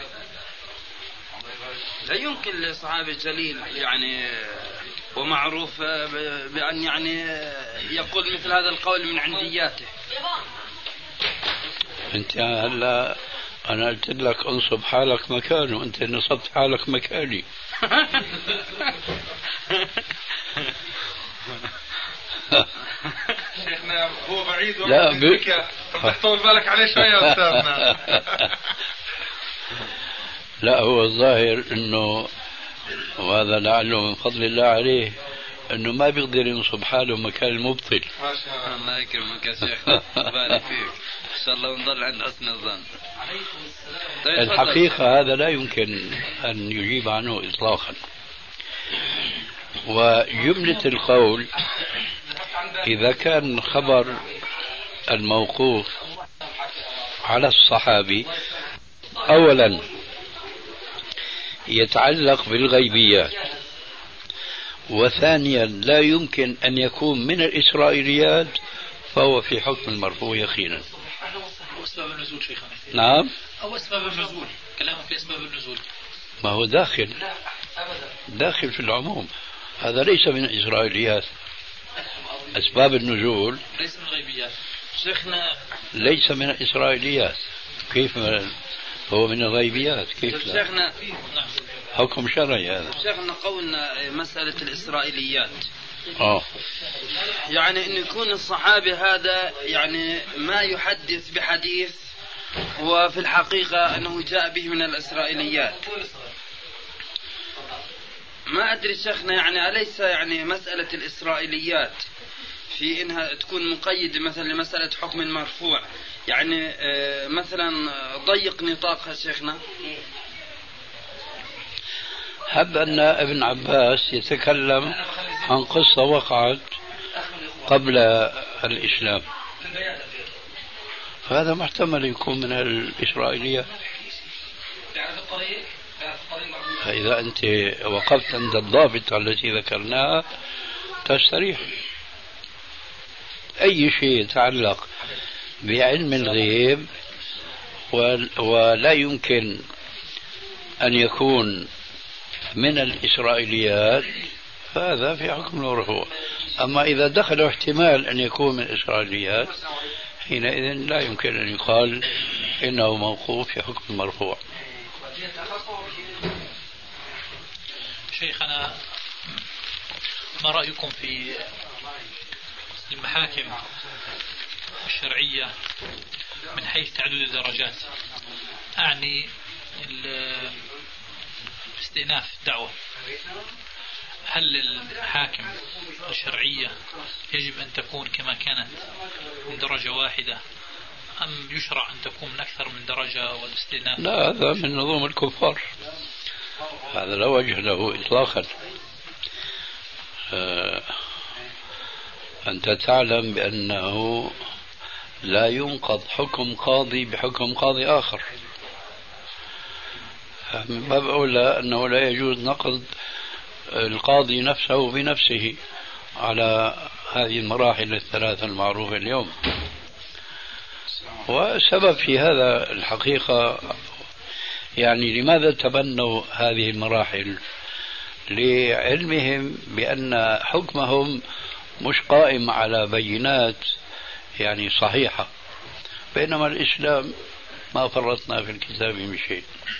لا يمكن لصحابي الجليل يعني ومعروف بأن يعني يقول مثل هذا القول من عندياته. أنت هلا أنا قلت لك انصب حالك مكانه، أنت نصبت حالك مكاني. شيخنا هو بعيد لا طول بالك عليه شوية يا أستاذنا. لا هو الظاهر أنه، وهذا لعله من فضل الله عليه، أنه ما بيقدر ينصب حاله مكان المبطل. ما شاء الله. الله يكرمك يا شيخ، بارك فيك، إن شاء الله ونضل عند حسن الظن. الحقيقة هذا لا يمكن أن يجيب عنه إطلاقا. وجملة القول إذا كان خبر الموقوف على الصحابي أولا يتعلق بالغيبيات، وثانيا لا يمكن أن يكون من الإسرائيليات، فهو في حكم المرفوع يقينا. أو أسباب النزول شيخنا. نعم. أو أسباب النزول، كلامه في أسباب النزول. ما هو داخل في العموم، هذا ليس من الإسرائيليات. أسباب النزول ليس من الغيبيات شيخنا، ليس من الإسرائيليات. كيف هو من الغيبيات؟ كيف لا؟ شيخنا حكم شرعي هذا. شيخنا قولنا مسألة الإسرائيليات يعني أن يكون الصحابي هذا يعني ما يحدث بحديث وفي الحقيقة أنه جاء به من الإسرائيليات. ما أدري شيخنا يعني أليس يعني مسألة الإسرائيليات في إنها تكون مقيدة مثلا لمسألة حكم مرفوع، يعني مثلا ضيق نطاقها شيخنا. هب أن ابن عباس يتكلم عن قصة وقعت قبل الإسلام، فهذا محتمل يكون من الإسرائيليات. فإذا أنت وقفت عند الضابط التي ذكرناها تستريح. أي شيء يتعلق بعلم الغيب ولا يمكن أن يكون من الإسرائيليات فهذا في حكم المرفوع. أما إذا دخل احتمال أن يكون من الإسرائيليات حينئذ لا يمكن أن يقال إنه موقوف في حكم المرفوع. شيخنا ما رأيكم في المحاكم الشرعية من حيث تعدد الدرجات؟ أعني استئناف الدعوة، هل الحاكم الشرعية يجب أن تكون كما كانت من درجة واحدة أم يشرع أن تكون من أكثر من درجة والاستئناف؟ لا، هذا من نظام الكفار، هذا لا وجه له إطلاقا. أنت تعلم بأنه لا ينقض حكم قاضي بحكم قاضي آخر، من باب أولى أنه لا يجوز نقض القاضي نفسه بنفسه على هذه المراحل الثلاثة المعروفة اليوم. والسبب في هذا الحقيقة يعني لماذا تبنوا هذه المراحل؟ لعلمهم بأن حكمهم مش قائم على بينات يعني صحيحة، بينما الإسلام ما فرطنا في الكتاب من شيء.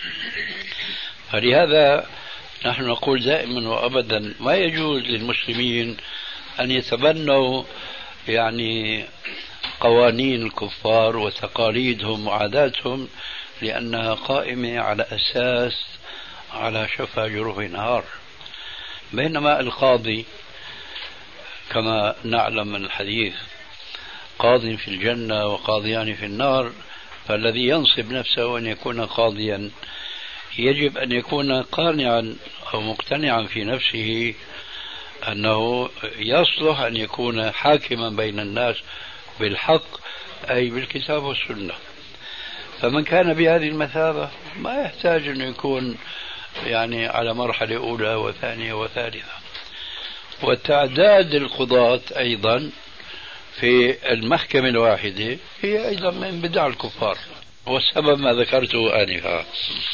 فلهذا نحن نقول دائما وأبدا ما يجوز للمسلمين أن يتبنوا يعني قوانين الكفار وتقاليدهم وعاداتهم، لأنها قائمة على أساس على شفا جرف نهار. بينما القاضي كما نعلم من الحديث قاض في الجنة وقاضيان في النار، فالذي ينصب نفسه أن يكون قاضيا يجب أن يكون قانعا أو مقتنعا في نفسه أنه يصلح أن يكون حاكما بين الناس بالحق، أي بالكتاب والسنة. فمن كان بهذه المثابة ما يحتاج أن يكون يعني على مرحلة أولى وثانية وثالثة. وتعداد القضاة أيضا في المحكمة الواحدة هي أيضا من بدع الكفار، والسبب ما ذكرته آنفا.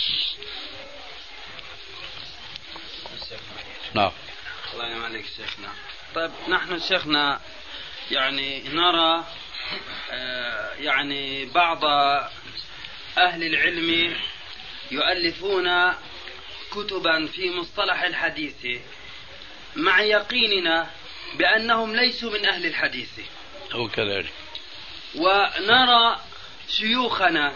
نعم. الله ينعم عليك شيخنا. طيب نحن شيخنا يعني نرى يعني بعض أهل العلم يؤلفون كتبا في مصطلح الحديث مع يقيننا بأنهم ليسوا من أهل الحديث، أو كذلك. ونرى شيوخنا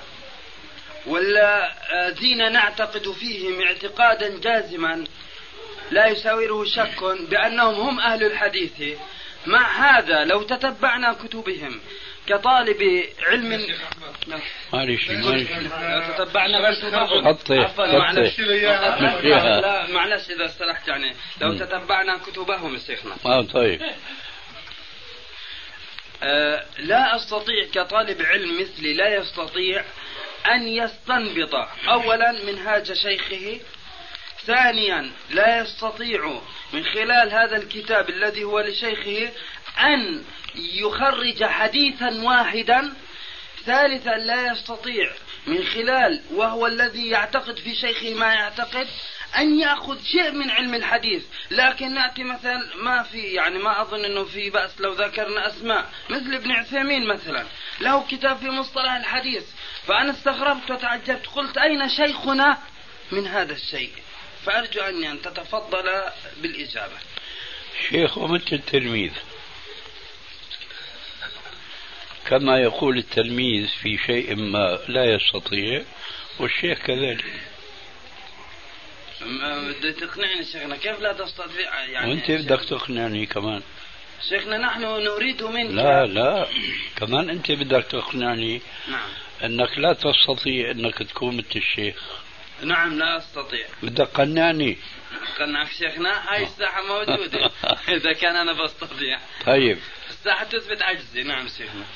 والذين نعتقد فيهم اعتقادا جازما لا يساوره شك بأنهم هم أهل الحديث. مع هذا لو تتبعنا كتبهم كطالب علم معلش لو تتبعنا كتبهم معلش إذا استلحت يعني لو تتبعنا كتبهم شيخنا. طيب لا أستطيع كطالب علم مثلي لا يستطيع أن يستنبط أولا منهاج شيخه، ثانيا لا يستطيع من خلال هذا الكتاب الذي هو لشيخه أن يخرج حديثا واحدا، ثالثا لا يستطيع من خلال وهو الذي يعتقد في شيخه ما يعتقد أن يأخذ شيء من علم الحديث. لكن نأتي مثلا ما في يعني ما أظن أنه في بأس لو ذكرنا أسماء مثل ابن عثيمين مثلا له كتاب في مصطلح الحديث، فأنا استغربت وتعجبت قلت أين شيخنا من هذا الشيء؟ فأرجو أن تتفضل بالإجابة. شيخ ومثل التلميذ، كما يقول التلميذ في شيء ما لا يستطيع والشيخ كذلك. بدي تقنعني شيخنا كيف لا تستطيع يعني؟ وانت بدك تقنعني كمان شيخنا، نحن نريد منك. لا كمان انت بدك تقنعني. نعم. انك لا تستطيع انك تكون مثل الشيخ. نعم لا استطيع. بدك قنعني. قنعك شيخنا، هاي الساحة موجودة. اذا كان انا بستطيع. طيب الساحة تثبت عجزي. نعم شيخنا.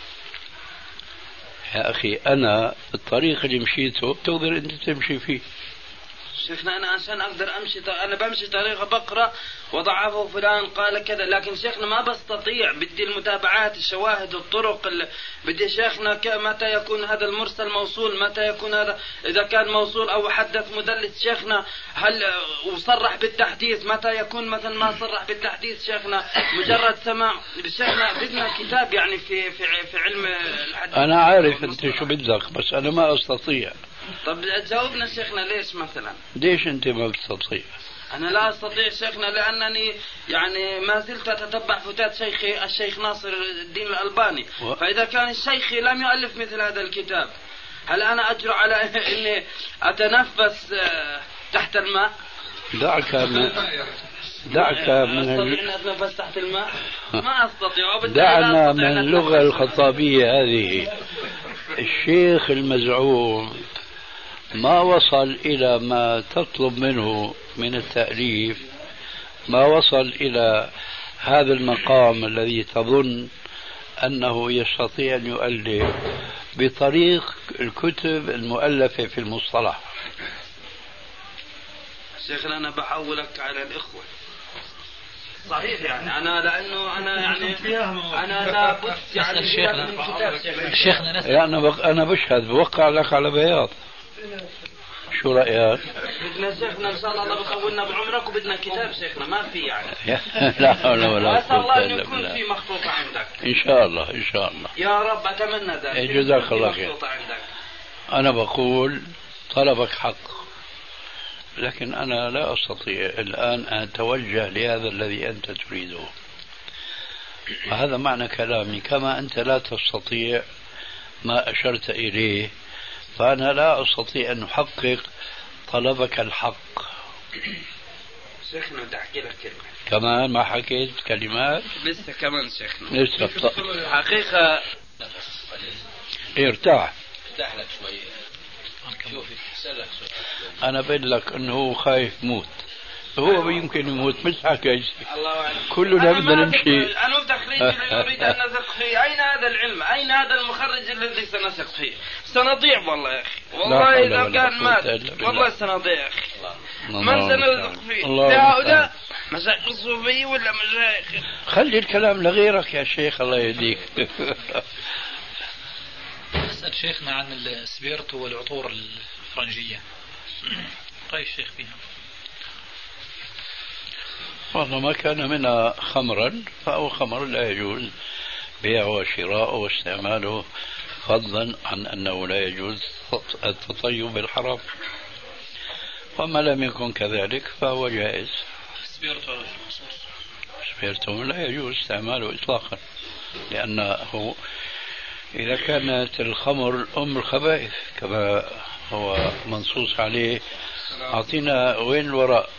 يا اخي انا الطريق اللي مشيته بتقدر انت تمشي فيه. شيخنا أنا عشان أقدر أمشي أنا بمشي طريقة بقرأ وضعفه فلان قال كذا، لكن شيخنا ما بستطيع، بدي المتابعات الشواهد الطرق بدي شيخنا متى يكون هذا المرسل موصول، متى يكون هذا إذا كان موصول أو حدث مدلس شيخنا هل وصرح بالتحديث، متى يكون مثلا ما صرح بالتحديث شيخنا مجرد سماع. شيخنا بدنا كتاب يعني في علم الحديث. أنا عارف أنت شو بدك بس أنا ما أستطيع. طب جاوبنا شيخنا ليش مثلا؟ ليش أنت ما بتستطيع؟ أنا لا أستطيع شيخنا لأنني يعني ما زلت أتتبع فتات شيخي الشيخ ناصر الدين الألباني، فإذا كان الشيخ لم يؤلف مثل هذا الكتاب هل أنا أجرؤ على أني أتنفس تحت الماء؟ دعك من أستطيع أن أتنفس تحت الماء؟ ما أستطيع. دعنا من اللغة الخطابية هذه. الشيخ المزعوم ما وصل إلى ما تطلب منه من التأليف، ما وصل إلى هذا المقام الذي تظن أنه يستطيع أن يؤلف بطريق الكتب المؤلفة في المصطلح. شيخنا أنا بحولك على الإخوة صحيح يعني لأنه أنا لابد يعني شيخنا أنا بشهد بوقع لك على بياض. شو رأيك؟ بدنا شيخنا إن شاء الله بطولنا بعمرك وبدنا كتاب شيخنا ما في يعني. لا حول ولا أسأل الله أن يكون في مخطوطة عندك. إن شاء الله إن شاء الله. يا رب أتمنى ذلك. جزاك الله خير. أنا بقول طلبك حق، لكن أنا لا أستطيع الآن أن أتوجه لهذا الذي أنت تريده، وهذا معنى كلامي. كما أنت لا تستطيع ما أشرت إليه، فأنا لا أستطيع أن أحقق طلبك الحق. شيخنا بدي أحكي لك كلمة. كمان ما حكيت كلمات؟ لسه كمان شيخنا. لسه حقيقة ارتاح لك شوي. شوفي أنا بقول لك أنه هو خايف موت، هو يمكن يموت مش حكى شيء. كلنا بدنا نمشي. أنا تخريجي أريد أن نثق فيه. أين هذا العلم؟ أين هذا المخرج الذي سنثق فيه؟ سنضيع والله يا أخي، والله إذا كان مات والله سنضيع يا أخي. من سنثق فيه؟ لهؤلاء مشايخ الصوفية ولا مشايخ؟ خلي الكلام لغيرك يا شيخ الله يهديك. أسأل شيخنا عن السبيرتو والعطور الفرنجية، رأي الشيخ فيها؟ والله ما كان منها خمرا فهو خمر لا يجوز بيعه وشراءه واستعماله، فضلا عن أنه لا يجوز التطيب بالحرام، وما لم يكن كذلك فهو جائز. سبيرتو لا يجوز استعماله إطلاقا، لأنه إذا كانت الخمر أم الخبائث كما هو منصوص عليه. أعطينا وين الوراء.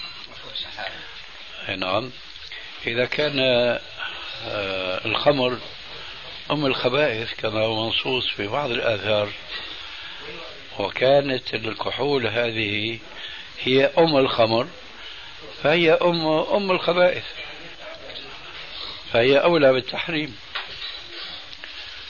نعم، إذا كان الخمر أم الخبائث كما هو منصوص في بعض الآثار، وكانت الكحول هذه هي أم الخمر، فهي أم الخبائث، فهي أولى بالتحريم.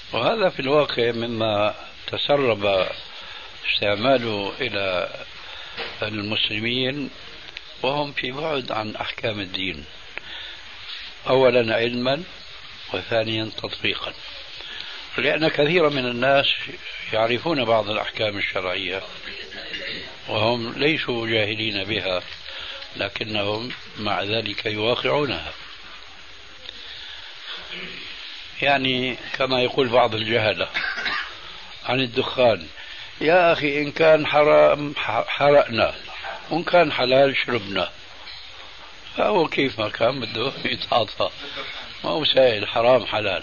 وهذا في الواقع مما تسرب استعماله إلى المسلمين وهم في بعد عن أحكام الدين، أولا علما وثانيا تطبيقا، لأن كثيرا من الناس يعرفون بعض الأحكام الشرعية وهم ليسوا جاهلين بها، لكنهم مع ذلك يواقعونها. يعني كما يقول بعض الجهلة عن الدخان: يا أخي إن كان حرام حرقنا وإن كان حلال شربنا. فهو كيف ما كان بده يتعاطى، ما هو سائل حرام حلال.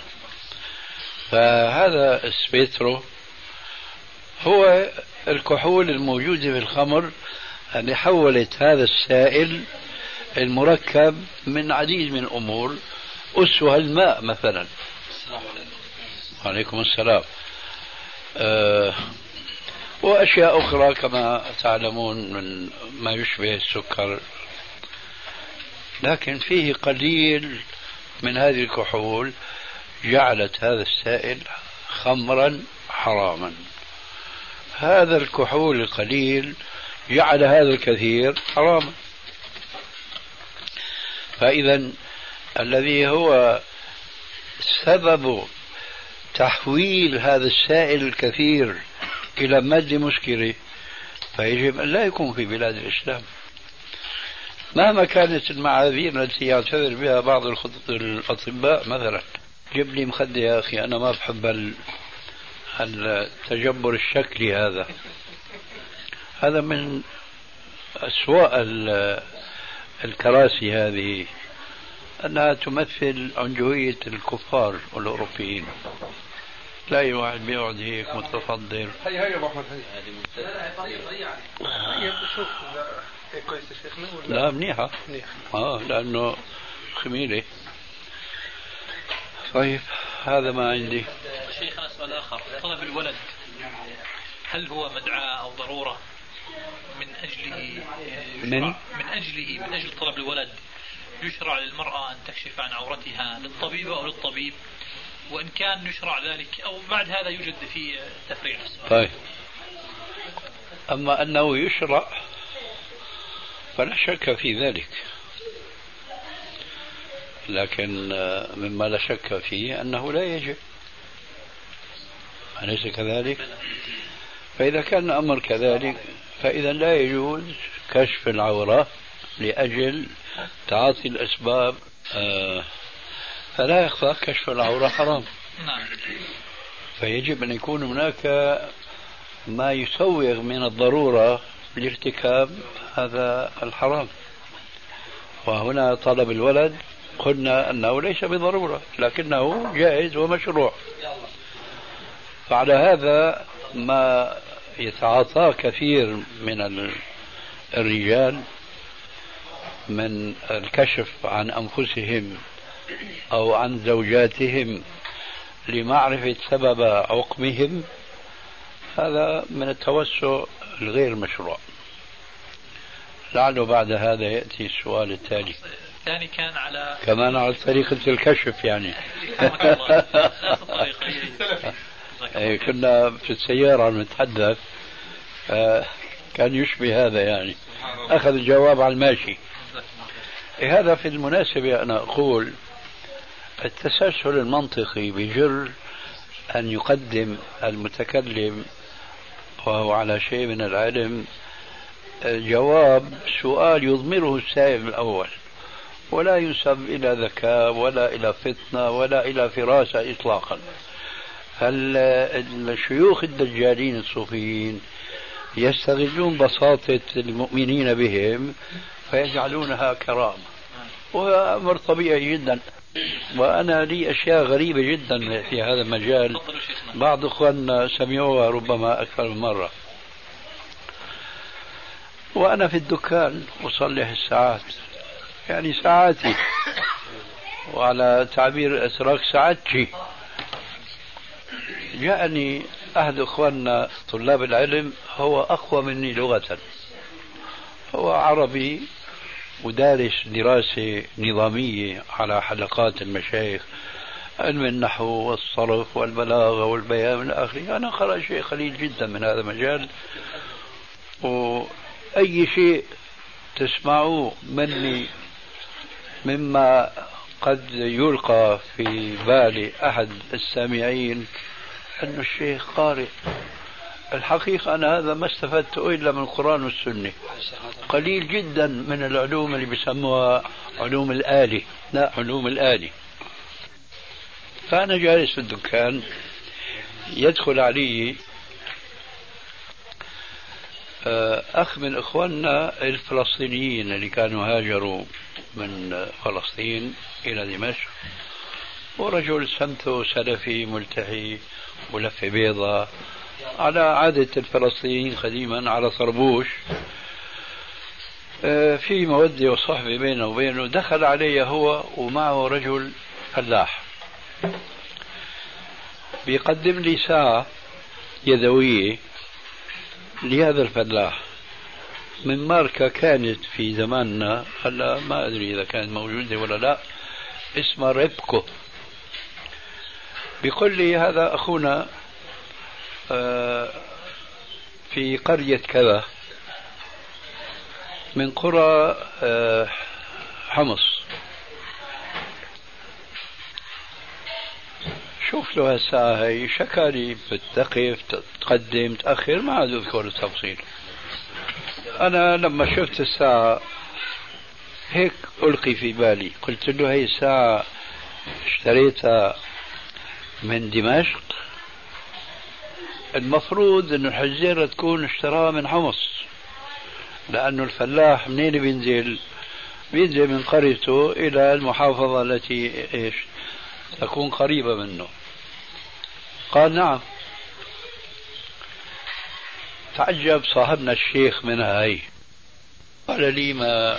فهذا السبيترو هو الكحول الموجودة في الخمر اللي حولت هذا السائل المركب من عديد من الأمور، أسوأ الماء مثلا. وعليكم السلام. وأشياء أخرى كما تعلمون من ما يشبه السكر، لكن فيه قليل من هذه الكحول جعلت هذا السائل خمرا حراما. هذا الكحول القليل جعل هذا الكثير حراما. فإذا الذي هو سبب تحويل هذا السائل الكثير إلى مادة مسكرة فيجب أن لا يكون في بلاد الإسلام، مهما كانت المعاذير التي يعتذر بها بعض الأطباء. مثلا جيب لي مخدة يا أخي، أنا ما بحب التجبر الشكلي هذا من أسوأ الكراسي هذه، أنها تمثل عنجهية الكفار والأوروبيين. تلاقي واحد بيقعد هيك متفضل. هيا ابو احمد شوف كويس يا شيخنا ولا لا منيحة لأنه خميلة. طيب هذا ما عندي. شيخنا سؤال آخر: طلب الولد هل هو مدعاة أو ضرورة من أجل طلب الولد يشرع للمرأة أن تكشف عن عورتها للطبيب أو للطبيب؟ وإن كان يشرع ذلك أو بعد هذا يوجد في تفريع. طيب، أما أنه يشرع فلا شك في ذلك، لكن مما لا شك فيه أنه لا يجب، أليس كذلك؟ فإذا كان الأمر كذلك فإذا لا يجوز كشف العورة لأجل تعاطي الأسباب، فلا يخفى كشف العورة حرام. فيجب أن يكون هناك ما يسوغ من الضرورة لارتكاب هذا الحرام. وهنا طلب الولد قلنا أنه ليس بضرورة لكنه جائز ومشروع. فعلى هذا ما يتعاطى كثير من الرجال من الكشف عن أنفسهم أو عن زوجاتهم لمعرفة سبب عقمهم، هذا من التوسع الغير مشروع. لعله بعد هذا يأتي السؤال التالي. الثاني كان على كمان على طريقة الكشف يعني. كنا في السيارة نتحدث كان يشبه هذا يعني، أخذ الجواب على الماشي. هذا في المناسبة أنا أقول التسلسل المنطقي بجر أن يقدم المتكلم وهو على شيء من العلم جواب سؤال يضمره السائل الأول، ولا ينسب إلى ذكاء ولا إلى فطنة ولا إلى فراسة إطلاقا. الشيوخ الدجالين الصوفيين يستغلون بساطة المؤمنين بهم فيجعلونها كرامة، وهذا أمر طبيعي جدا. وأنا لي أشياء غريبة جدا في هذا المجال، بعض أخواننا سمعوها ربما أكثر من مرة. وأنا في الدكان أصلح الساعات، يعني ساعاتي، وعلى تعبير أسراك ساعتي. جاءني أحد أخواننا طلاب العلم، هو أقوى مني لغة، هو عربي ودارس دراسة نظامية على حلقات المشايخ علم النحو والصرف والبلاغة والبيان إلى آخره. أنا قرأ شيء قليل جدا من هذا المجال، وأي شيء تسمعوه مني مما قد يلقى في بال أحد السامعين أن الشيخ قارئ. الحقيقة أنا هذا ما استفدت إلا من القرآن والسنة. قليل جدا من العلوم اللي بيسموها علوم الآلة، لا علوم الآلة. فأنا جالس في الدكان، يدخل علي أخ من إخواننا الفلسطينيين اللي كانوا هاجروا من فلسطين إلى دمشق، ورجل سمته سلفي ملتحي ولفة بيضة على عادة الفلسطينيين قديما، على طربوش، في مودة وصحبة بينه وبينه. دخل علي هو ومعه رجل فلاح، بيقدم لي ساعة يدوية لهذا الفلاح من ماركة كانت في زماننا، هلا ما أدري إذا كانت موجودة ولا لا، اسمها ريبكو. بيقول لي هذا أخونا في قرية كذا من قرى حمص، شوف له هالساعة هي، شكالي بتقف تقدم تأخر، ما عاد أذكر التفصيل. أنا لما شفت الساعة هيك ألقي في بالي، قلت له هي الساعة اشتريتها من دمشق، المفروض أن الحجيرة تكون اشتراها من حمص، لأنه الفلاح منين بينزل من قريته إلى المحافظة التي تكون قريبة منه. قال نعم. تعجب صاحبنا الشيخ منها هي، قال لي ما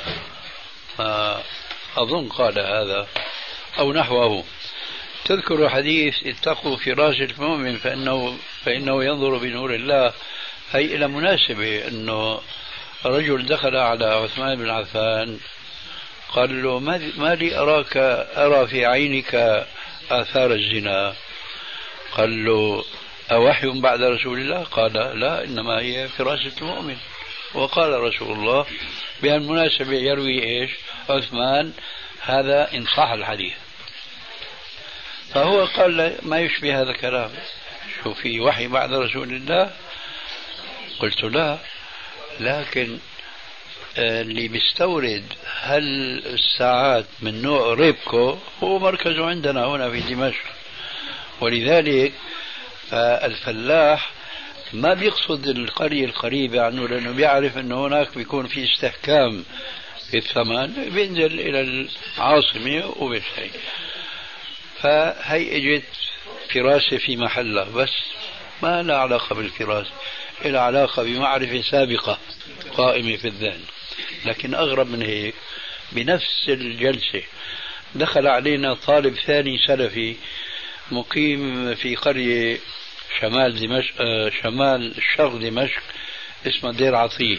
أظن قال هذا أو نحوه. تذكر حديث اتقوا فراش المؤمن فإنه ينظر بنور الله. هي إلى مناسبة أنه رجل دخل على عثمان بن عفان قال له ما لي أرى في عينك آثار الزنا؟ قال له أوحي بعد رسول الله؟ قال لا، إنما هي فراسة المؤمن. وقال رسول الله بهالمناسبة يروي إيش عثمان هذا إن صح الحديث. فهو قال ما يشبه هذا الكلام، شو في وحي بعد رسول الله؟ قلت لا، لكن اللي بيستورد هالساعات من نوع ريبكو هو مركزه عندنا هنا في دمشق، ولذلك الفلاح ما بيقصد القرية القريبة عنه، لأنه بيعرف أنه هناك بيكون في استحكام في الثمن، بينزل إلى العاصمة وبيشتري. فهي اجت فراسة في محلها، بس ما لها علاقة بالفراسة، لها علاقة بمعرفة سابقة قائمة في الذهن. لكن أغرب من هيك، بنفس الجلسة دخل علينا طالب ثاني سلفي مقيم في قرية شمال دمشق، شمال شرق دمشق، اسمه دير عطية.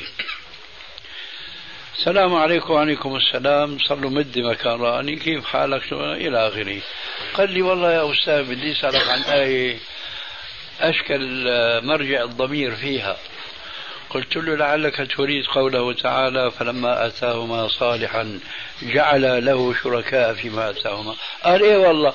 السلام عليكم. وعليكم السلام. صار له مدة ما كان راني، كيف حالك إلى آخره. قال لي والله يا أستاذ بدي أسألك عن آية أشكل مرجع الضمير فيها. قلت له لعلك تريد قوله تعالى فلما آتاهما صالحا جعل له شركاء فيما آتاهما. قال إيه والله.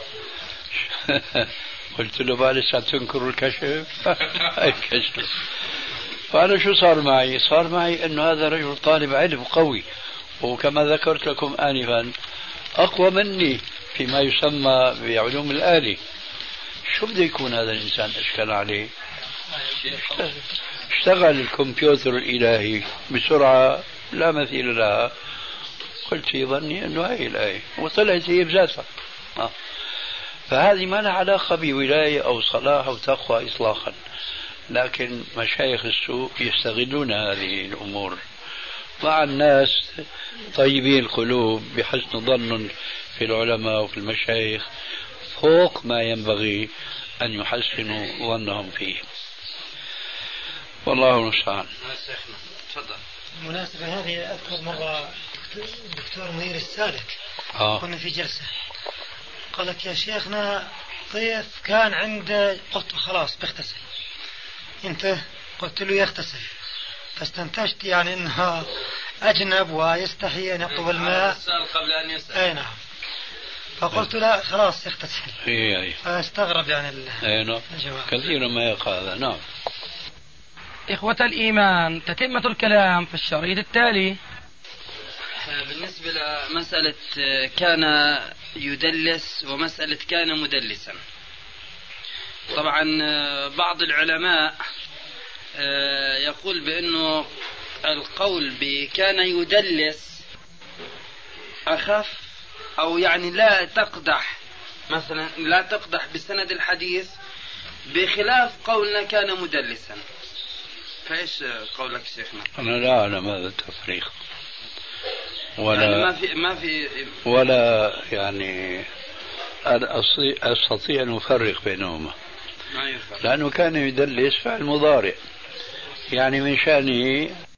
قلت له بقى لسه تنكر الكشف. الكشف. فأنا شو صار معي؟ صار معي أنه هذا رجل طالب علم قوي، وكما ذكرت لكم آنفا أقوى مني فيما يسمى بعلوم الآلة. شو بده يكون هذا الإنسان أشكال عليه؟ اشتغل الكمبيوتر الإلهي بسرعة لا مثيل لها. قلت في ظني أنه هاي الآية، وطلعت هي بذاتها. فهذه ما لها علاقة بولاية أو صلاح أو تقوى إطلاقا، لكن مشايخ السوء يستغلون هذه الأمور مع الناس طيبين القلوب بحسن ظن في العلماء وفي المشايخ فوق ما ينبغي أن يحسنوا ظنهم فيه. والله المستعان. تفضل. بالمناسبة هذه أذكر مرة الدكتور منير السالك كنا في جلسة قال لك يا شيخنا ضيف كان عند، قلت خلاص بيغتسل. انت قلت له يغتسل، فاستنتجت يعني انها اجنب ويستحي ان يطلب الماء قبل ان يسأل. اي نعم. فقلت لا خلاص يغتسل. اي فاستغرب يعني الجواب. كثيرا ما يقع هذا. نعم. إخوة الإيمان، تتمة الكلام في الشريط التالي. بالنسبة لمسألة كان يدلس ومسألة كان مدلسا، طبعا بعض العلماء يقول بأنه القول بكان يدلس أخف، أو يعني لا تقدح، مثلا لا تقدح بسند الحديث، بخلاف قولنا كان مدلسا. فإيش قولك شيخنا؟ أنا لا أعلم هذا التفريق، ولا يعني ما في ولا يعني أستطيع أن أفرق بينهما، لأنه كان يدلس فعل مضارع، يعني من شأنه